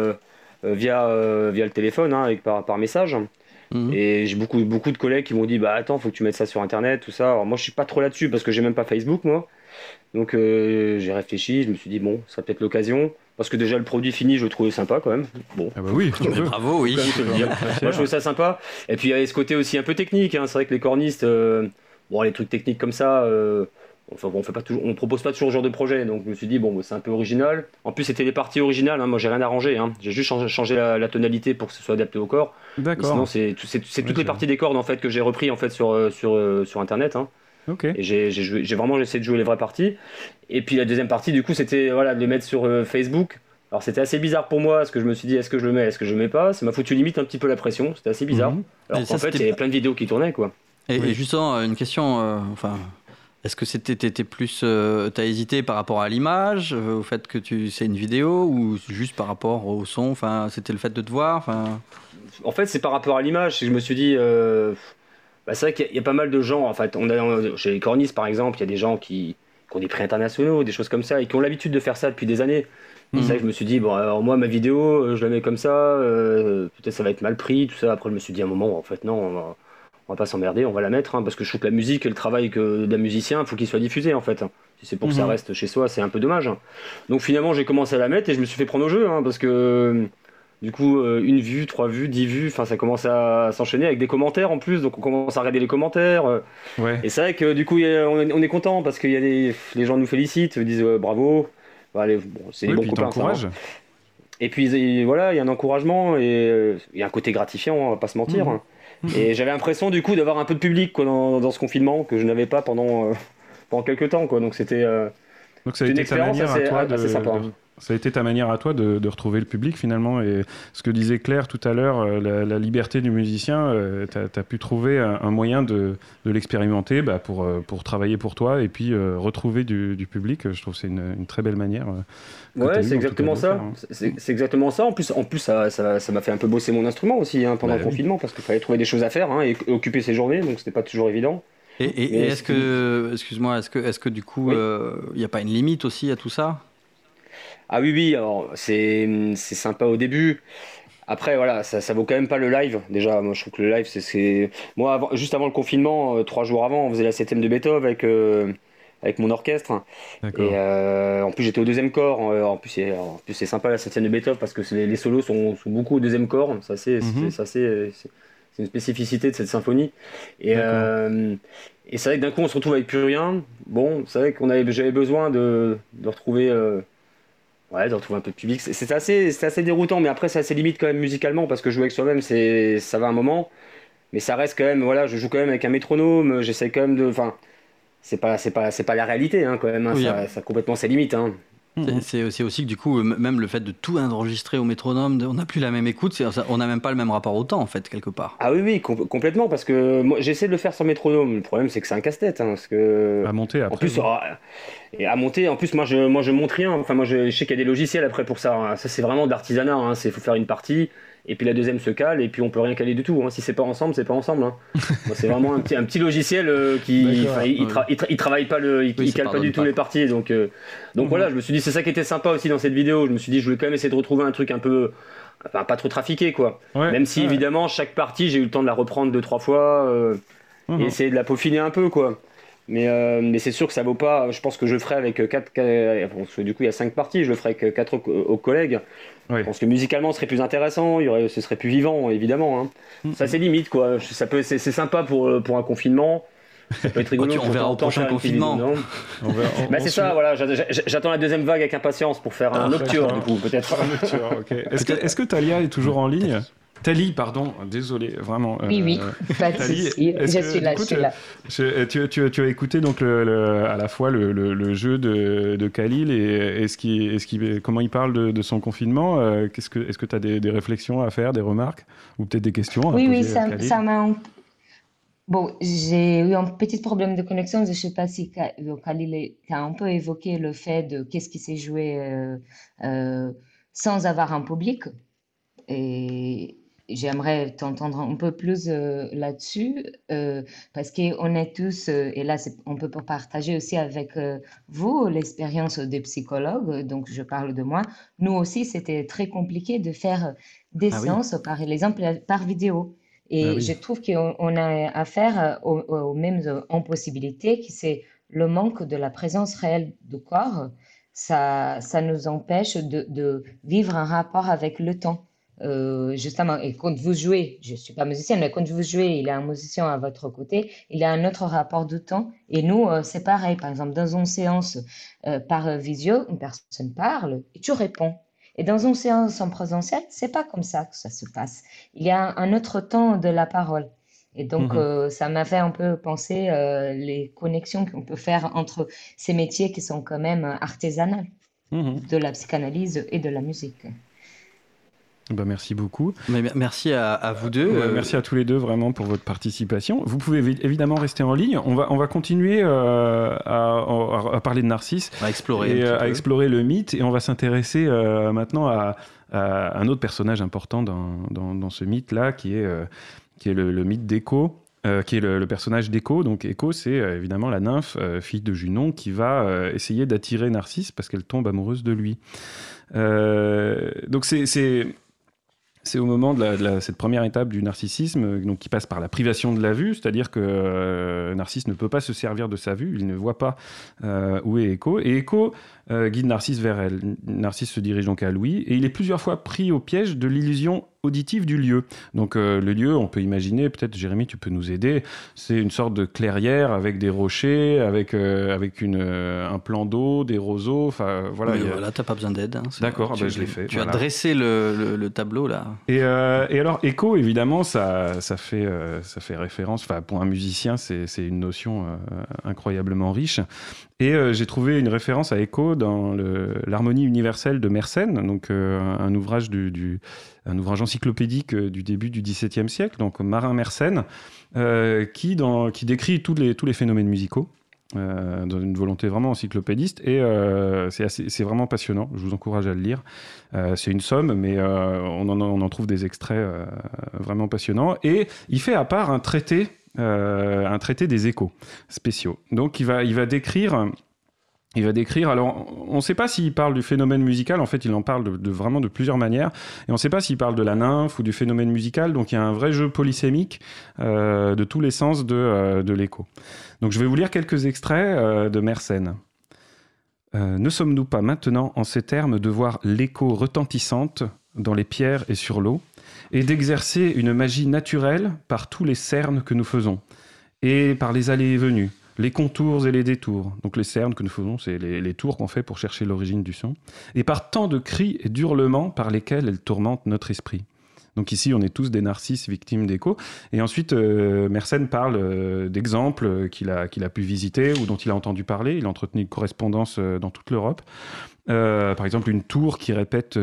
via le téléphone, hein, par message. Et j'ai beaucoup de collègues qui m'ont dit, attends, faut que tu mettes ça sur Internet, tout ça. Alors, moi, je suis pas trop là-dessus parce que j'ai même pas Facebook, moi. Donc, j'ai réfléchi, je me suis dit, bon, ça serait peut-être l'occasion. Parce que déjà le produit fini, je le trouvais sympa quand même. Bon. Ah bah oui, tu veux. Bravo, oui. Quand même te le dire. Moi, je trouvais ça sympa. Et puis il y avait ce côté aussi un peu technique. Hein. C'est vrai que les cornistes, bon, les trucs techniques comme ça, enfin, bon, on propose pas toujours ce genre de projet. Donc je me suis dit, bon, c'est un peu original. En plus, c'était les parties originales. Hein. Moi, j'ai rien arrangé. Hein. J'ai juste changé la tonalité pour que ce soit adapté au corps. Mais D'accord. sinon, c'est toutes les parties des cordes en fait que j'ai repris en fait sur internet. Hein. Ok. Et j'ai vraiment essayé de jouer les vraies parties. Et puis la deuxième partie, du coup, c'était voilà, de les mettre sur Facebook. Alors c'était assez bizarre pour moi, parce que je me suis dit, est-ce que je le mets, est-ce que je le mets pas. Ça m'a foutu limite un petit peu la pression, c'était assez bizarre. Mhm. Alors Et qu'en ça, fait, il y c'était avait plein de vidéos qui tournaient, quoi. Et justement, une question, enfin, est-ce que t'étais plus, t'as hésité par rapport à l'image, au fait que c'est une vidéo, ou juste par rapport au son, enfin, c'était le fait de te voir, enfin. En fait, c'est par rapport à l'image, je me suis dit, bah, c'est vrai qu'il y a pas mal de gens, en fait, chez les cornistes par exemple, il y a des gens qui ont des prix internationaux, des choses comme ça, et qui ont l'habitude de faire ça depuis des années. C'est ça que je me suis dit, bon, alors moi, ma vidéo, je la mets comme ça, peut-être ça va être mal pris, tout ça. Après, je me suis dit à un moment, en fait, non, on va pas s'emmerder, on va la mettre, hein, parce que je trouve que la musique et le travail d'un musicien, il faut qu'il soit diffusé, en fait. Si c'est pour que ça reste chez soi, c'est un peu dommage. Hein. Donc finalement, j'ai commencé à la mettre et je me suis fait prendre au jeu, hein, parce que du coup, 1 vue, 3 vues, 10 vues, enfin, ça commence à s'enchaîner avec des commentaires en plus, donc on commence à regarder les commentaires. Ouais. Et c'est vrai que du coup, on est content parce que les gens nous félicitent, disent bravo. Bon, allez, bon, c'est des Oui, bons puis copains. Ça, t'encourages. hein. Et puis voilà, il y a un encouragement et il y a un côté gratifiant, on va pas se mentir. Hein. Et j'avais l'impression du coup d'avoir un peu de public quoi, dans ce confinement que je n'avais pas pendant quelques temps. Quoi. Donc c'était Donc ça a une été ta expérience manière à toi assez sympa. Ça a été ta manière à toi de retrouver le public finalement. Et ce que disait Claire tout à l'heure, la liberté du musicien, tu as pu trouver un moyen de l'expérimenter pour travailler pour toi et puis retrouver du public. Je trouve que c'est une très belle manière. Ouais, c'est exactement ça. C'est exactement ça. En plus ça m'a fait un peu bosser mon instrument aussi hein, pendant le confinement parce qu'il fallait trouver des choses à faire hein, et occuper ses journées, donc c'était pas toujours évident. Et est-ce que, excuse-moi, est-ce que du coup, il n'y a pas une limite aussi à tout ça? Ah oui, alors c'est sympa au début. Après, voilà, ça vaut quand même pas le live. Déjà, moi je trouve que le live, c'est. Moi, juste avant le confinement, 3 jours avant, on faisait la 7e de Beethoven avec mon orchestre. D'accord. Et en plus, j'étais au deuxième corps. En plus, c'est sympa la 7e de Beethoven parce que les solos sont beaucoup au deuxième corps. C'est une spécificité de cette symphonie. Et c'est vrai que d'un coup, on se retrouve avec plus rien. Bon, c'est vrai j'avais besoin de retrouver. Ouais, de retrouver un peu de public. C'est assez déroutant, mais après, c'est assez limite quand même musicalement, parce que jouer avec soi-même, ça va un moment. Mais ça reste quand même, voilà, je joue quand même avec un métronome, j'essaie quand même de. Enfin, c'est pas la réalité, hein, quand même. Hein, Oui, ça a complètement ses limites. Hein. C'est aussi que du coup, même le fait de tout enregistrer au métronome, on n'a plus la même écoute, on n'a même pas le même rapport au temps, en fait, quelque part. Ah oui, complètement, parce que moi, j'essaie de le faire sans métronome. Le problème, c'est que c'est un casse-tête. Hein, parce que... À monter après. En plus, et à monter, en plus, moi, je monte rien. Enfin, moi, je sais qu'il y a des logiciels après pour ça. Hein. Ça, c'est vraiment d'artisanat. Hein. Faut faire une partie, et puis la deuxième se cale, et puis on peut rien caler du tout. Hein. Si c'est pas ensemble, c'est pas ensemble. Hein. Moi, c'est vraiment un petit logiciel qui, il travaille pas il cale pas du tout les parties. Donc voilà, je me suis dit, c'est ça qui était sympa aussi dans cette vidéo. Je me suis dit, je voulais quand même essayer de retrouver un truc un peu. Enfin, pas trop trafiqué, quoi. Ouais, même si, évidemment, chaque partie, j'ai eu le temps de la reprendre 2-3 fois et essayer de la peaufiner un peu, quoi. Mais c'est sûr que ça vaut pas. Je pense que je le ferai avec 4. Parce que du coup, il y a 5 parties. Je le ferai avec 4 collègues. Ouais. Je pense que musicalement, ce serait plus intéressant. Ce serait plus vivant, évidemment. Hein. Ça, c'est limite, quoi. C'est sympa pour un confinement. Ça peut être rigolo. On verra au prochain confinement. C'est ça, voilà. J'attends la deuxième vague avec impatience pour faire un nocturne, du coup, peut-être. Okay. Est-ce que Thalia est toujours en ligne? Thalie, pardon, désolé, vraiment. Oui, pas de souci. Je suis là. Tu as écouté donc à la fois le jeu de Khalil et comment il parle de son confinement. Est-ce que tu as des réflexions à faire, des remarques ou peut-être des questions à poser à Khalil? Ça m'a. Bon, j'ai eu un petit problème de connexion. Je ne sais pas si Khalil a un peu évoqué le fait de qu'est-ce qui s'est joué sans avoir un public. Et j'aimerais t'entendre un peu plus là-dessus parce qu'on est tous, et là on peut partager aussi avec vous l'expérience des psychologues, donc je parle de moi. Nous aussi, c'était très compliqué de faire des séances, par exemple, par vidéo. Et je trouve qu'on a affaire aux mêmes impossibilités, qui c'est le manque de la présence réelle du corps ça nous empêche de vivre un rapport avec le temps. Justement, et quand vous jouez, je suis pas musicienne, mais quand vous jouez, il y a un musicien à votre côté, il y a un autre rapport de temps. Et nous, c'est pareil. Par exemple, dans une séance par visio, une personne parle et tu réponds. Et dans une séance en présentiel, c'est pas comme ça que ça se passe. Il y a un autre temps de la parole. Et donc, ça m'a fait un peu penser les connexions qu'on peut faire entre ces métiers qui sont quand même artisanales, de la psychanalyse et de la musique. Merci beaucoup. Mais merci à vous deux. Merci à tous les deux vraiment pour votre participation. Vous pouvez évidemment rester en ligne. On va continuer à parler de Narcisse, à explorer le mythe, et on va s'intéresser maintenant à un autre personnage important dans ce mythe-là, qui est le mythe d'Écho. Qui est le personnage d'Écho. Donc Écho, c'est évidemment la nymphe, fille de Junon, qui va essayer d'attirer Narcisse parce qu'elle tombe amoureuse de lui. Donc c'est au moment de cette première étape du narcissisme, donc, qui passe par la privation de la vue, c'est-à-dire que Narcisse ne peut pas se servir de sa vue, il ne voit pas où est Écho, et Écho guide Narcisse vers elle. Narcisse se dirige donc à Louis, et il est plusieurs fois pris au piège de l'illusion auditive du lieu. Donc le lieu, on peut imaginer, peut-être Jérémy, tu peux nous aider, c'est une sorte de clairière avec des rochers, avec un plan d'eau, des roseaux, enfin voilà. Mais voilà, t'as pas besoin d'aide. Hein, d'accord, je l'ai fait. Tu as dressé le tableau là. Et alors Écho, évidemment, ça fait référence, enfin pour un musicien, c'est une notion incroyablement riche. Et j'ai trouvé une référence à Écho dans l'harmonie universelle de Mersenne, donc un ouvrage un ouvrage encyclopédique du début du XVIIe siècle, donc Marin Mersenne, qui décrit tous les phénomènes musicaux. Dans une volonté vraiment encyclopédiste, et c'est vraiment passionnant, je vous encourage à le lire. C'est une somme, mais on en trouve des extraits vraiment passionnants, et il fait à part un traité des échos spéciaux. Donc il va décrire, alors on ne sait pas s'il parle du phénomène musical, en fait il en parle vraiment de plusieurs manières, et on ne sait pas s'il parle de la nymphe ou du phénomène musical, donc il y a un vrai jeu polysémique de tous les sens de l'écho. Donc je vais vous lire quelques extraits de Mersenne. Ne sommes-nous pas maintenant en ces termes de voir l'écho retentissante dans les pierres et sur l'eau, et d'exercer une magie naturelle par tous les cernes que nous faisons, et par les allées et venues, les contours et les détours. Donc les cernes que nous faisons, c'est les tours qu'on fait pour chercher l'origine du son, et par tant de cris et d'hurlements par lesquels elle tourmente notre esprit. Donc ici, on est tous des narcisses victimes d'écho. Et ensuite, Mersenne parle d'exemples qu'il a pu visiter ou dont il a entendu parler. Il a entretenu une correspondance dans toute l'Europe. Par exemple, une tour qui répète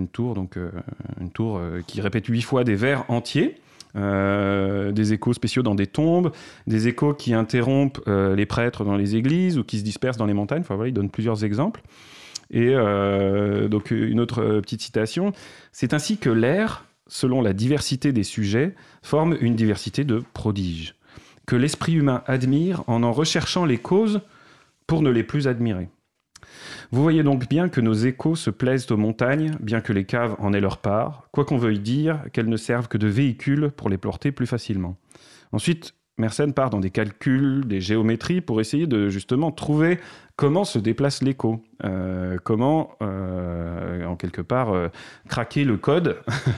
qui répète 8 fois des vers entiers. Des échos spéciaux dans des tombes, des échos qui interrompent les prêtres dans les églises ou qui se dispersent dans les montagnes. Enfin voilà, il donne plusieurs exemples. Et donc une autre petite citation. C'est ainsi que l'air, selon la diversité des sujets, forme une diversité de prodiges, que l'esprit humain admire en recherchant les causes pour ne les plus admirer. Vous voyez donc bien que nos échos se plaisent aux montagnes, bien que les caves en aient leur part, quoi qu'on veuille dire qu'elles ne servent que de véhicule pour les porter plus facilement. Ensuite, Mersenne part dans des calculs, des géométries, pour essayer de justement trouver comment se déplace l'écho, comment, en quelque part, craquer le code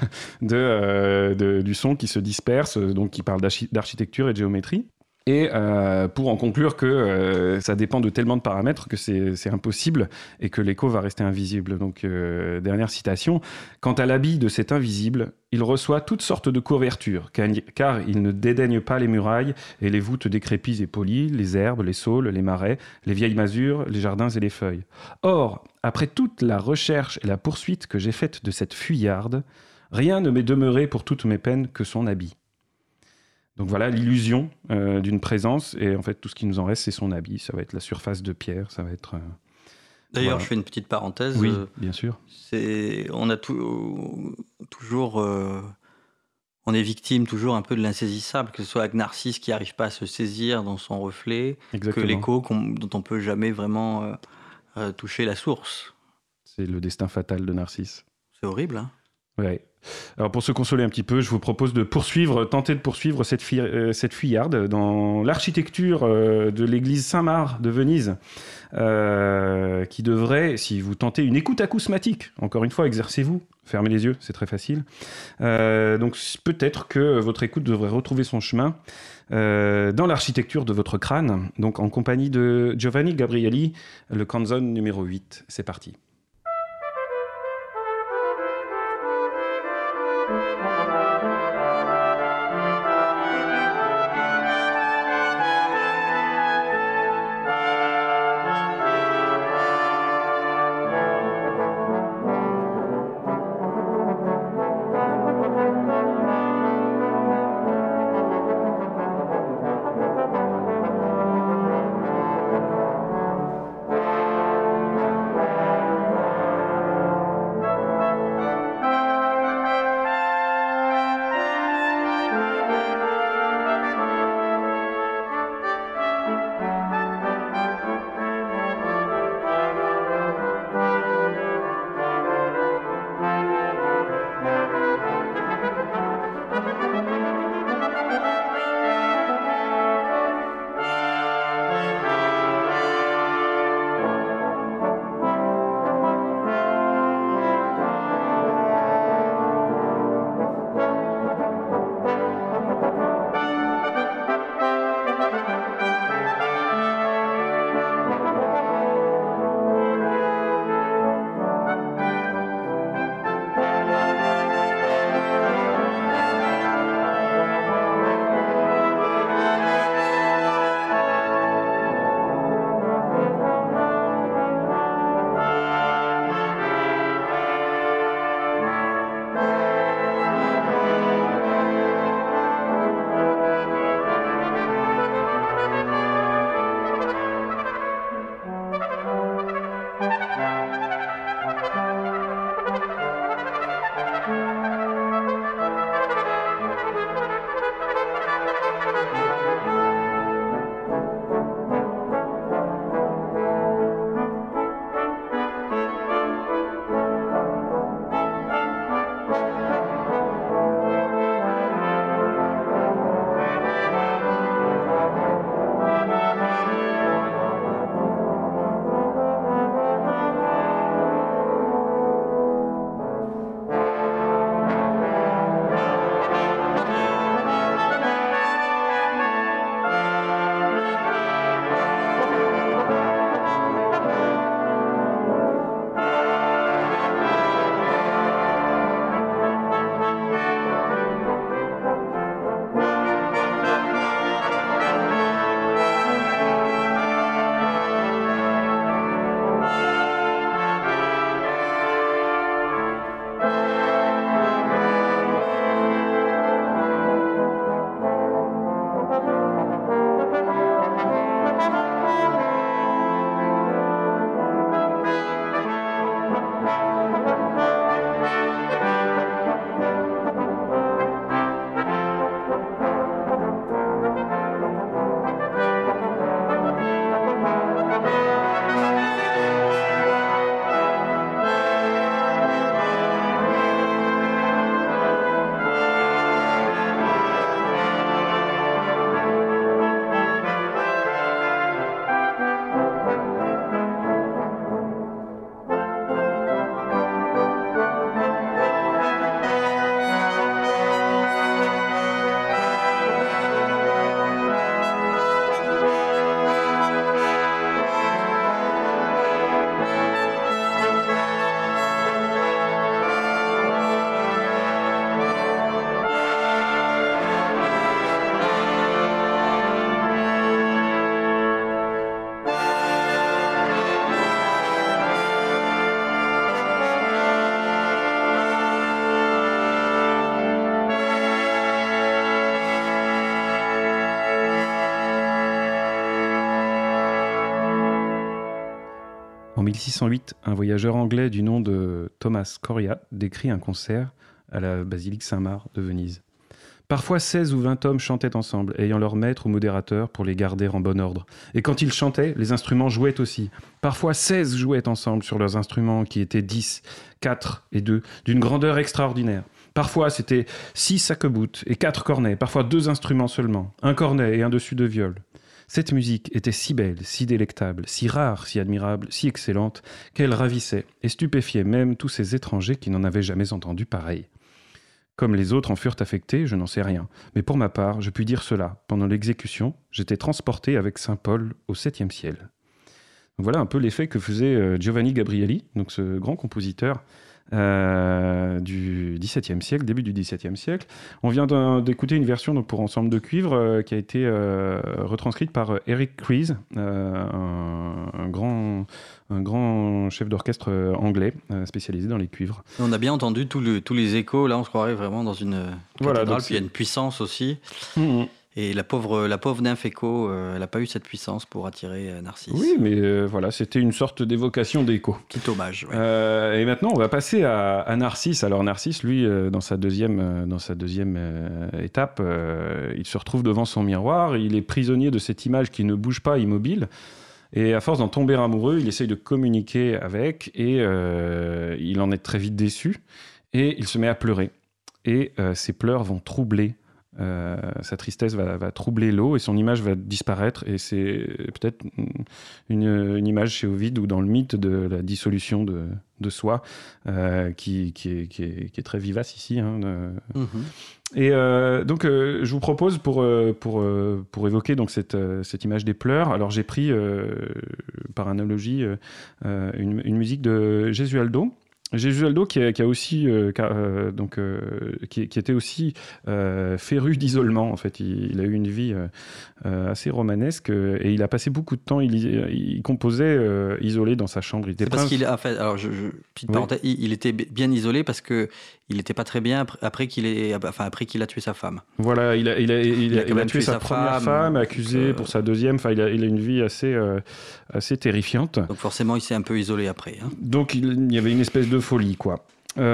du son qui se disperse, donc qui parle d'architecture et de géométrie. Et pour en conclure que ça dépend de tellement de paramètres que c'est impossible et que l'écho va rester invisible. Donc, dernière citation. « Quant à l'habit de cet invisible, il reçoit toutes sortes de couvertures, car il ne dédaigne pas les murailles et les voûtes décrépies et polies, les herbes, les saules, les marais, les vieilles masures, les jardins et les feuilles. Or, après toute la recherche et la poursuite que j'ai faite de cette fuyarde, rien ne m'est demeuré pour toutes mes peines que son habit. » Donc voilà l'illusion d'une présence, et en fait tout ce qui nous en reste c'est son habit, ça va être la surface de pierre, ça va être... D'ailleurs je fais une petite parenthèse. Oui, bien sûr. On a toujours... on est victime toujours un peu de l'insaisissable, que ce soit avec Narcisse qui n'arrive pas à se saisir dans son reflet, exactement, que l'écho dont on ne peut jamais vraiment toucher la source. C'est le destin fatal de Narcisse. C'est horrible, hein. Ouais. Alors pour se consoler un petit peu, je vous propose tenter de poursuivre cette fuyarde dans l'architecture de l'église Saint-Marc de Venise, qui devrait, si vous tentez une écoute acousmatique, encore une fois, exercez-vous, fermez les yeux, c'est très facile. Donc peut-être que votre écoute devrait retrouver son chemin dans l'architecture de votre crâne, donc en compagnie de Giovanni Gabrieli, le canzone numéro 8. C'est parti. En 1608, un voyageur anglais du nom de Thomas Coryat décrit un concert à la basilique Saint-Marc de Venise. Parfois 16 ou 20 hommes chantaient ensemble, ayant leur maître ou modérateur pour les garder en bon ordre. Et quand ils chantaient, les instruments jouaient aussi. Parfois 16 jouaient ensemble sur leurs instruments qui étaient 10, 4 et 2, d'une grandeur extraordinaire. Parfois, c'était 6 sac-boutes et 4 cornets, parfois 2 instruments seulement, un cornet et un dessus de viol. Cette musique était si belle, si délectable, si rare, si admirable, si excellente, qu'elle ravissait et stupéfiait même tous ces étrangers qui n'en avaient jamais entendu pareil. Comme les autres en furent affectés, je n'en sais rien. Mais pour ma part, je puis dire cela. Pendant l'exécution, j'étais transporté avec saint Paul au 7e ciel. Donc voilà un peu l'effet que faisait Giovanni Gabrieli, donc ce grand compositeur du XVIIe siècle, début du XVIIe siècle. On vient d'écouter une version donc, pour ensemble de cuivre qui a été retranscrite par Eric Kreese, un grand chef d'orchestre anglais spécialisé dans les cuivres. On a bien entendu tous les échos, là on se croirait vraiment dans une cathédrale, donc puis il y a une puissance aussi. Et la pauvre nymphe écho, elle n'a pas eu cette puissance pour attirer Narcisse. Oui, mais voilà, c'était une sorte d'évocation d'écho. Petit hommage. Ouais. Et maintenant, on va passer à Narcisse. Alors Narcisse, lui, dans sa deuxième étape, il se retrouve devant son miroir. Il est prisonnier de cette image qui ne bouge pas, immobile. Et à force d'en tomber amoureux, il essaye de communiquer avec et il en est très vite déçu. Et il se met à pleurer. Et ses pleurs vont troubler. Sa tristesse va troubler l'eau et son image va disparaître, et c'est peut-être une image chez Ovide ou dans le mythe de la dissolution de soi qui est très vivace ici. Et donc je vous propose pour évoquer donc cette image des pleurs, alors j'ai pris par analogie une musique de Gesualdo. Gesualdo qui était aussi féru d'isolement en fait. Il a eu une vie assez romanesque et il a passé beaucoup de temps. Il composait isolé dans sa chambre. C'est parce qu'il a fait. Alors petite parenthèse, il était bien isolé parce que il n'était pas très bien après qu'il a tué sa femme. Voilà, il a tué sa première femme, accusé pour sa deuxième. Enfin, il a une vie assez terrifiante. Donc forcément, il s'est un peu isolé après. Donc il y avait une espèce de folie, quoi.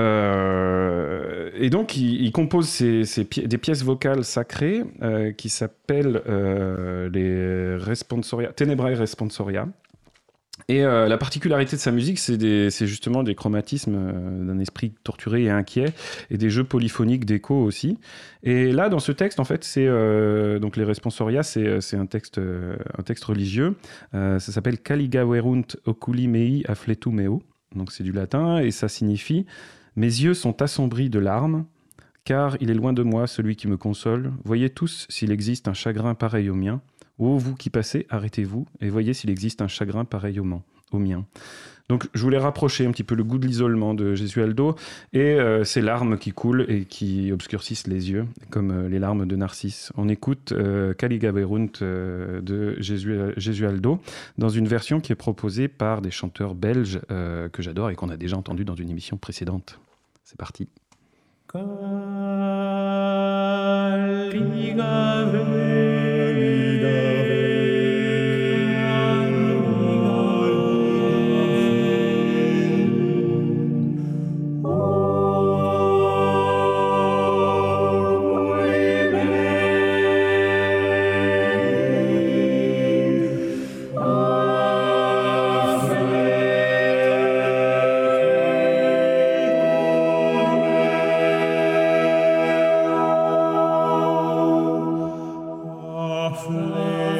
Et donc il compose des pièces vocales sacrées qui s'appellent les responsoria, Tenebrae responsoria. Et la particularité de sa musique, c'est justement des chromatismes d'un esprit torturé et inquiet, et des jeux polyphoniques d'écho aussi. Et là, dans ce texte, en fait, donc les responsoria, c'est un texte religieux. Ça s'appelle Caligaverunt oculi mei affletu meo. Donc c'est du latin, et ça signifie « Mes yeux sont assombris de larmes, car il est loin de moi celui qui me console. Voyez tous s'il existe un chagrin pareil au mien. Ô vous qui passez, arrêtez-vous, et voyez s'il existe un chagrin pareil au mien. » Donc je voulais rapprocher un petit peu le goût de l'isolement de Gesualdo et ces larmes qui coulent et qui obscurcissent les yeux, comme les larmes de Narcisse. On écoute Caligaverunt de Gesualdo dans une version qui est proposée par des chanteurs belges que j'adore et qu'on a déjà entendu dans une émission précédente. C'est parti. Flame.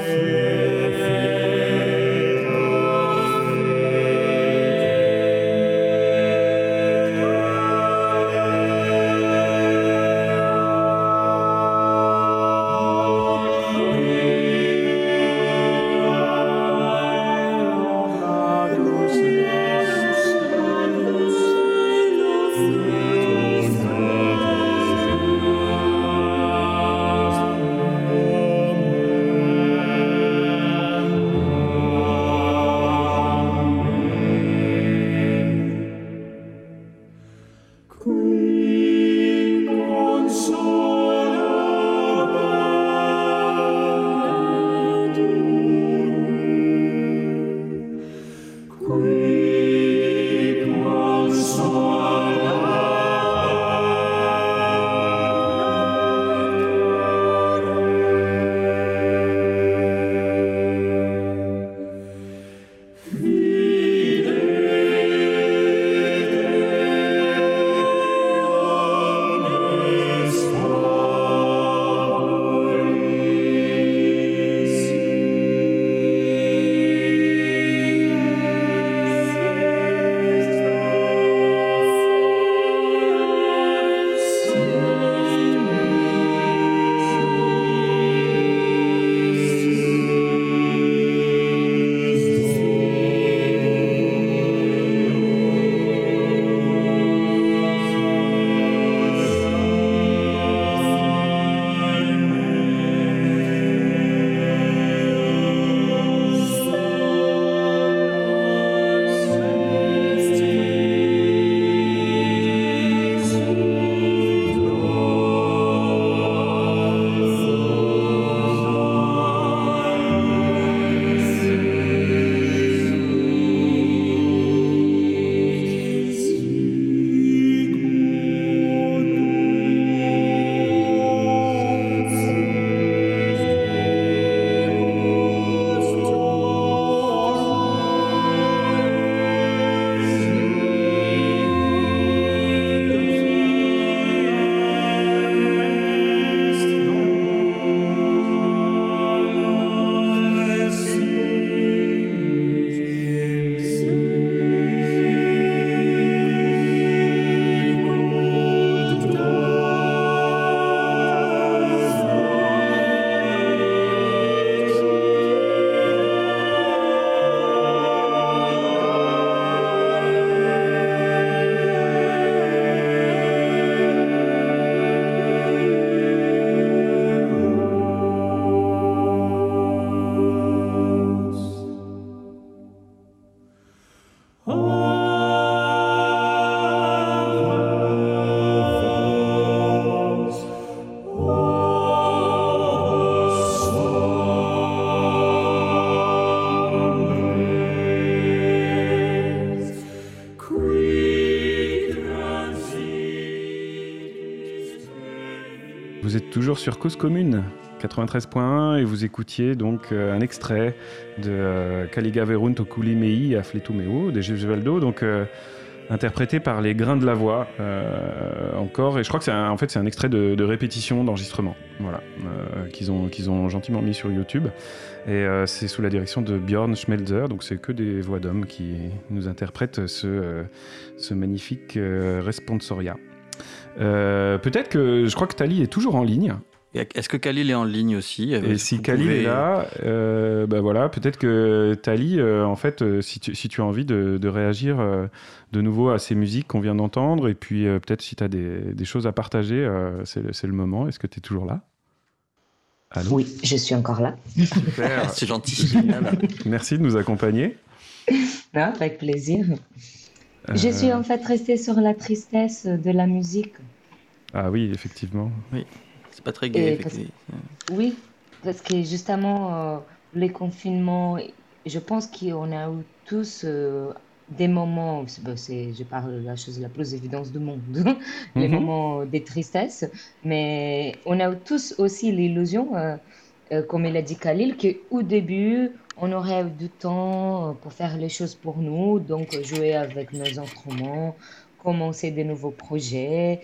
Vous êtes toujours sur Cause Commune 93.1 et vous écoutiez donc un extrait de Kaliga Verunt Okuli Mei Afletu Meo de Gesualdo, donc interprété par les Grains de la Voix encore, et je crois que c'est un extrait de répétition d'enregistrement, voilà, qu'ils ont gentiment mis sur YouTube, et c'est sous la direction de Björn Schmelzer, donc c'est que des voix d'hommes qui nous interprètent ce magnifique Responsoria. Peut-être que je crois que Tali est toujours en ligne. Est-ce que Khalil est en ligne aussi? Et si Khalil est là, voilà, peut-être que Tali, en fait, si tu as envie de réagir de nouveau à ces musiques qu'on vient d'entendre, et puis peut-être si tu as des choses à partager, c'est le moment. Est-ce que tu es toujours là? Allô? Oui, je suis encore là. Super. C'est gentil. Merci de nous accompagner. Non, avec plaisir. Je suis en fait restée sur la tristesse de la musique. Ah oui, effectivement. Oui, c'est pas très gai. Oui, parce que justement, les confinements, je pense qu'on a eu tous des moments, je parle de la chose la plus évidente du monde, les moments de tristesse, mais on a eu tous aussi l'illusion, comme il a dit Khalil, qu'au début, on aurait eu du temps pour faire les choses pour nous, donc jouer avec nos instruments, commencer de nouveaux projets,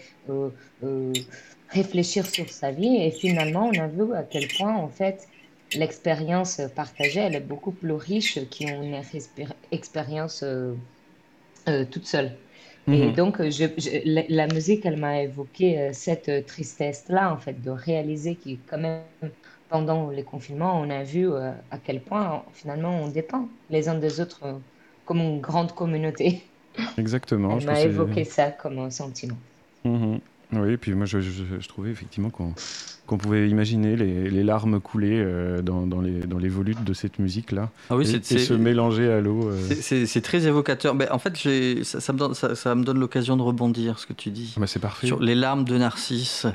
réfléchir sur sa vie. Et finalement, on a vu à quel point, en fait, l'expérience partagée, elle est beaucoup plus riche qu'une expérience toute seule. Et donc, la musique, elle m'a évoqué cette tristesse-là, en fait, de réaliser que quand même, pendant les confinements, on a vu à quel point, finalement, on dépend les uns des autres comme une grande communauté. Exactement. Elle m'a évoqué ça comme un sentiment. Oui, et puis moi, je trouvais effectivement qu'on pouvait imaginer les larmes couler dans les volutes de cette musique-là, ah oui, et se mélanger à l'eau. C'est très évocateur. En fait, ça me donne l'occasion de rebondir, ce que tu dis. C'est parfait. Sur les larmes de Narcisse.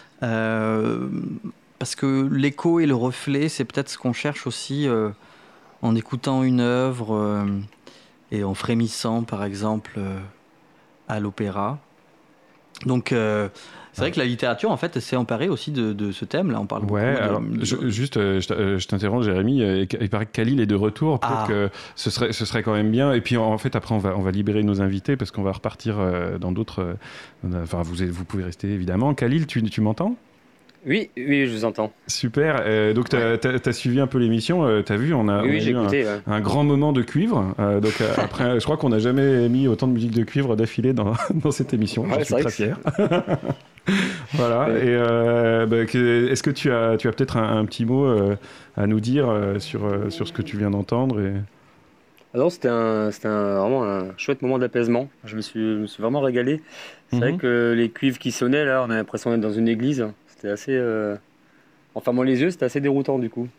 Parce que l'écho et le reflet, c'est peut-être ce qu'on cherche aussi en écoutant une œuvre et en frémissant, par exemple, à l'opéra. Donc, c'est vrai que la littérature, en fait, s'est emparée aussi de ce thème-là. On parle je t'interromps, Jérémy. Il paraît que Khalil est de retour. Peut-être que ce serait quand même bien. Et puis, en fait, après, on va libérer nos invités parce qu'on va repartir dans d'autres... Enfin, vous pouvez rester, évidemment. Khalil, tu m'entends ? Oui, je vous entends. Super. Donc, tu as suivi un peu l'émission. Tu as vu, on a eu un grand moment de cuivre. Donc, après, je crois qu'on n'a jamais mis autant de musique de cuivre d'affilée dans cette émission. Je suis très fier. Voilà. Et est-ce que tu as peut-être un petit mot à nous dire sur ce que tu viens d'entendre Alors, c'était vraiment un chouette moment d'apaisement. Je me suis vraiment régalé. C'est vrai que les cuivres qui sonnaient, là, on a l'impression d'être dans une église. C'était assez... En fermant les yeux, c'était assez déroutant, du coup.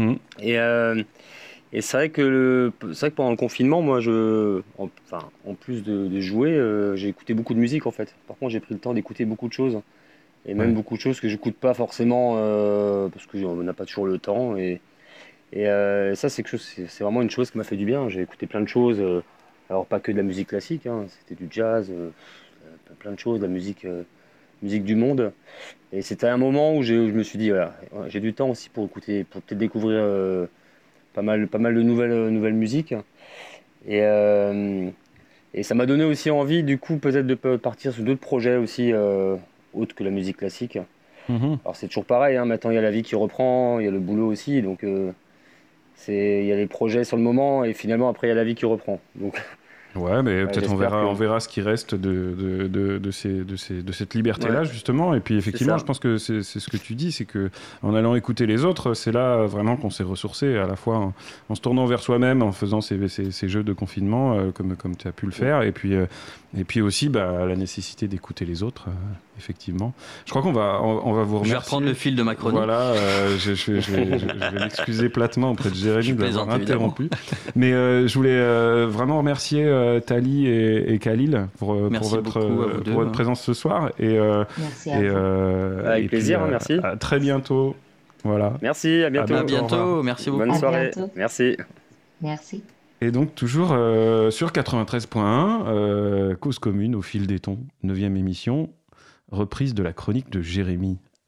Et c'est vrai que pendant le confinement, moi, en plus de jouer, j'ai écouté beaucoup de musique, en fait. Par contre, j'ai pris le temps d'écouter beaucoup de choses. Et même beaucoup de choses que j'écoute pas forcément parce qu'on n'a pas toujours le temps. Et ça, c'est vraiment une chose qui m'a fait du bien. J'ai écouté plein de choses. Alors, pas que de la musique classique, hein, c'était du jazz, plein de choses, de la musique du monde. Et c'était un moment où je me suis dit, voilà, j'ai du temps aussi pour écouter, pour peut-être découvrir pas mal de nouvelles musiques. Et ça m'a donné aussi envie, du coup, peut-être de partir sur d'autres projets aussi, autres que la musique classique. Alors c'est toujours pareil, hein, maintenant il y a la vie qui reprend, il y a le boulot aussi, donc il y a les projets sur le moment, et finalement après il y a la vie qui reprend. Donc... Ouais, mais peut-être on verra ce qui reste de cette liberté-là, justement. Et puis effectivement, je pense que c'est ce que tu dis, c'est que en allant écouter les autres, c'est là vraiment qu'on s'est ressourcé, à la fois en se tournant vers soi-même, en faisant ces jeux de confinement, comme tu as pu le faire, et puis aussi la nécessité d'écouter les autres, effectivement. Je crois qu'on va vous remercier. Je vais reprendre le fil de ma chronique. Voilà, je vais m'excuser platement auprès de Jérémy de l'avoir interrompu. Mais je voulais vraiment remercier Tali et Khalil pour votre présence ce soir. Merci à vous. Avec plaisir, merci. À très bientôt. Voilà. Merci, à bientôt. À bientôt, merci beaucoup. Bonne soirée. Merci. Merci. Et donc, toujours sur 93.1, Cause Commune, au fil des tons, 9e émission, reprise de la chronique de Jérémy.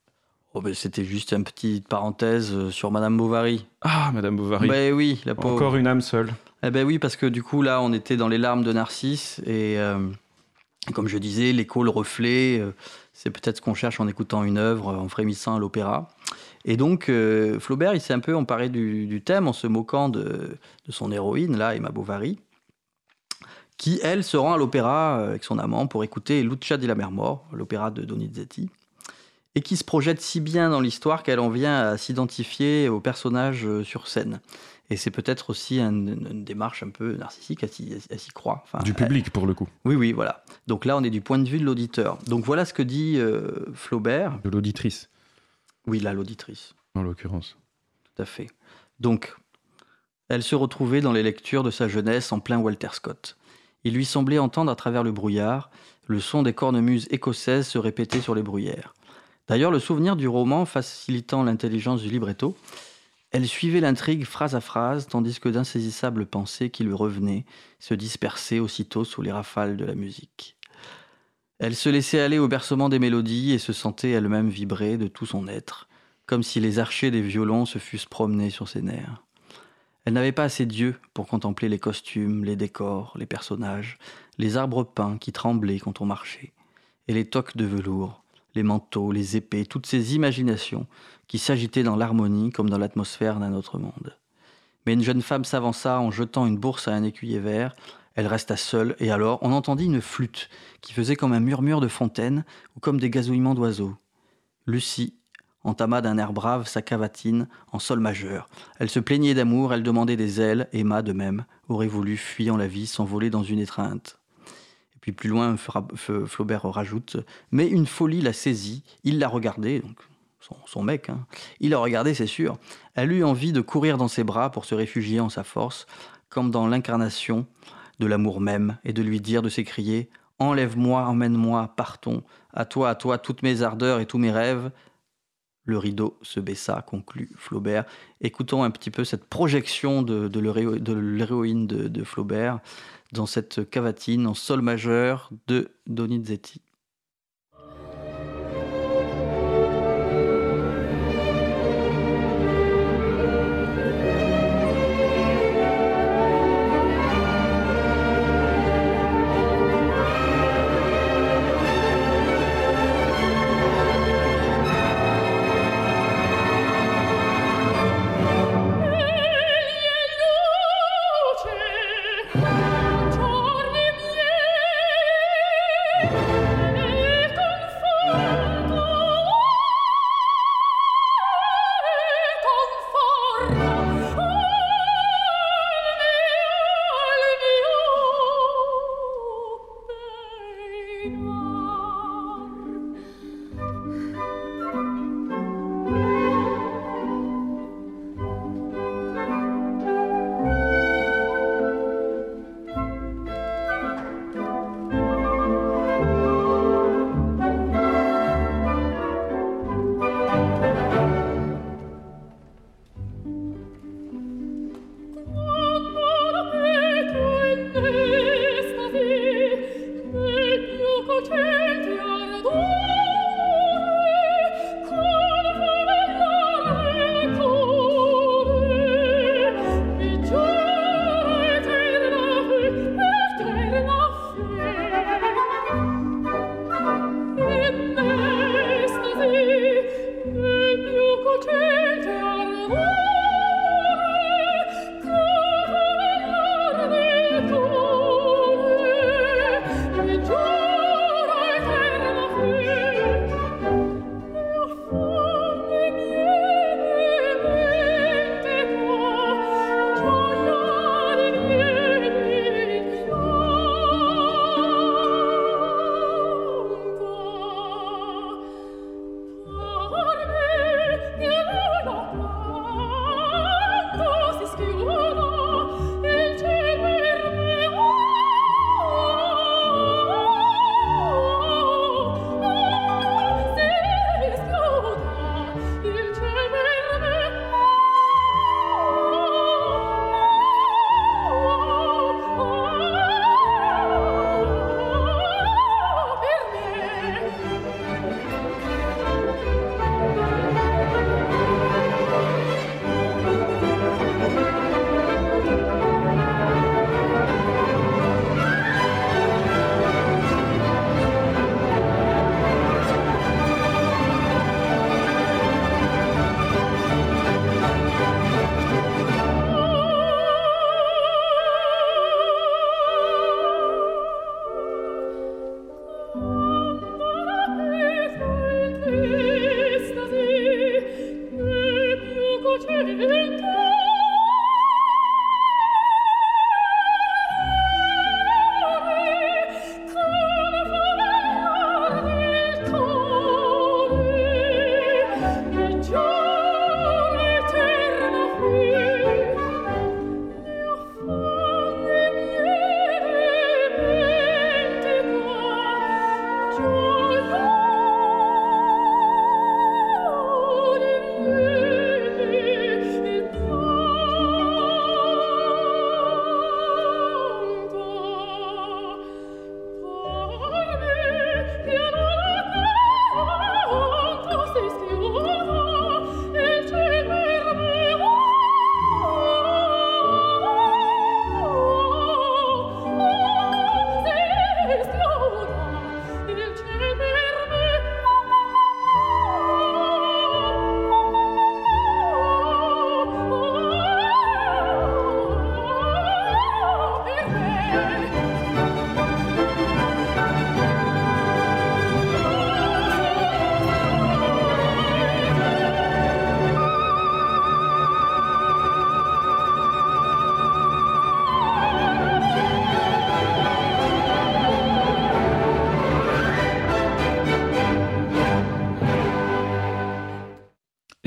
Oh, ben, c'était juste une petite parenthèse sur Madame Bovary. Ah, Madame Bovary. Ben oui, la pauvre. Encore une âme seule. Eh ben oui, parce que du coup, là, on était dans les larmes de Narcisse. Et comme je disais, l'écho, le reflet, c'est peut-être ce qu'on cherche en écoutant une œuvre, en frémissant à l'opéra. Et donc, Flaubert, il s'est un peu emparé du thème en se moquant de son héroïne, là, Emma Bovary, qui, elle, se rend à l'opéra avec son amant pour écouter Lucia di Lammermoor, l'opéra de Donizetti, et qui se projette si bien dans l'histoire qu'elle en vient à s'identifier au personnage sur scène. Et c'est peut-être aussi une démarche un peu narcissique, elle s'y croit. Enfin, Du public, pour le coup. Oui, voilà. Donc là, on est du point de vue de l'auditeur. Donc voilà ce que dit Flaubert. De l'auditrice, Oui, là, l'auditrice. en l'occurrence. Tout à fait. Donc, elle se retrouvait dans les lectures de sa jeunesse en plein Walter Scott. Il lui semblait entendre à travers le brouillard le son des cornemuses écossaises se répéter sur les bruyères. D'ailleurs, le souvenir du roman facilitant l'intelligence du libretto, elle suivait l'intrigue phrase à phrase, tandis que d'insaisissables pensées qui lui revenaient se dispersaient aussitôt sous les rafales de la musique. Elle se laissait aller au bercement des mélodies et se sentait elle-même vibrer de tout son être, comme si les archers des violons se fussent promenés sur ses nerfs. Elle n'avait pas assez d'yeux pour contempler les costumes, les décors, les personnages, les arbres peints qui tremblaient quand on marchait, et les toques de velours, les manteaux, les épées, toutes ces imaginations qui s'agitaient dans l'harmonie comme dans l'atmosphère d'un autre monde. Mais une jeune femme s'avança en jetant une bourse à un écuyer vert. Elle resta seule, et alors on entendit une flûte qui faisait comme un murmure de fontaine ou comme des gazouillements d'oiseaux. Lucie entama d'un air brave sa cavatine en sol majeur. Elle se plaignait d'amour, elle demandait des ailes. Emma, de même, aurait voulu, fuyant la vie, s'envoler dans une étreinte. Et puis plus loin, Flaubert rajoute « Mais une folie la saisit, il la regardait, donc son mec, hein. Il la regardait, c'est sûr. Elle eut envie de courir dans ses bras pour se réfugier en sa force, comme dans l'incarnation de l'amour même, et de lui dire, de s'écrier « Enlève-moi, emmène-moi, partons, à toi, toutes mes ardeurs et tous mes rêves ». Le rideau se baissa, conclut Flaubert. Écoutons un petit peu cette projection de l'héroïne de Flaubert dans cette cavatine en sol majeur de Donizetti. Giorni miei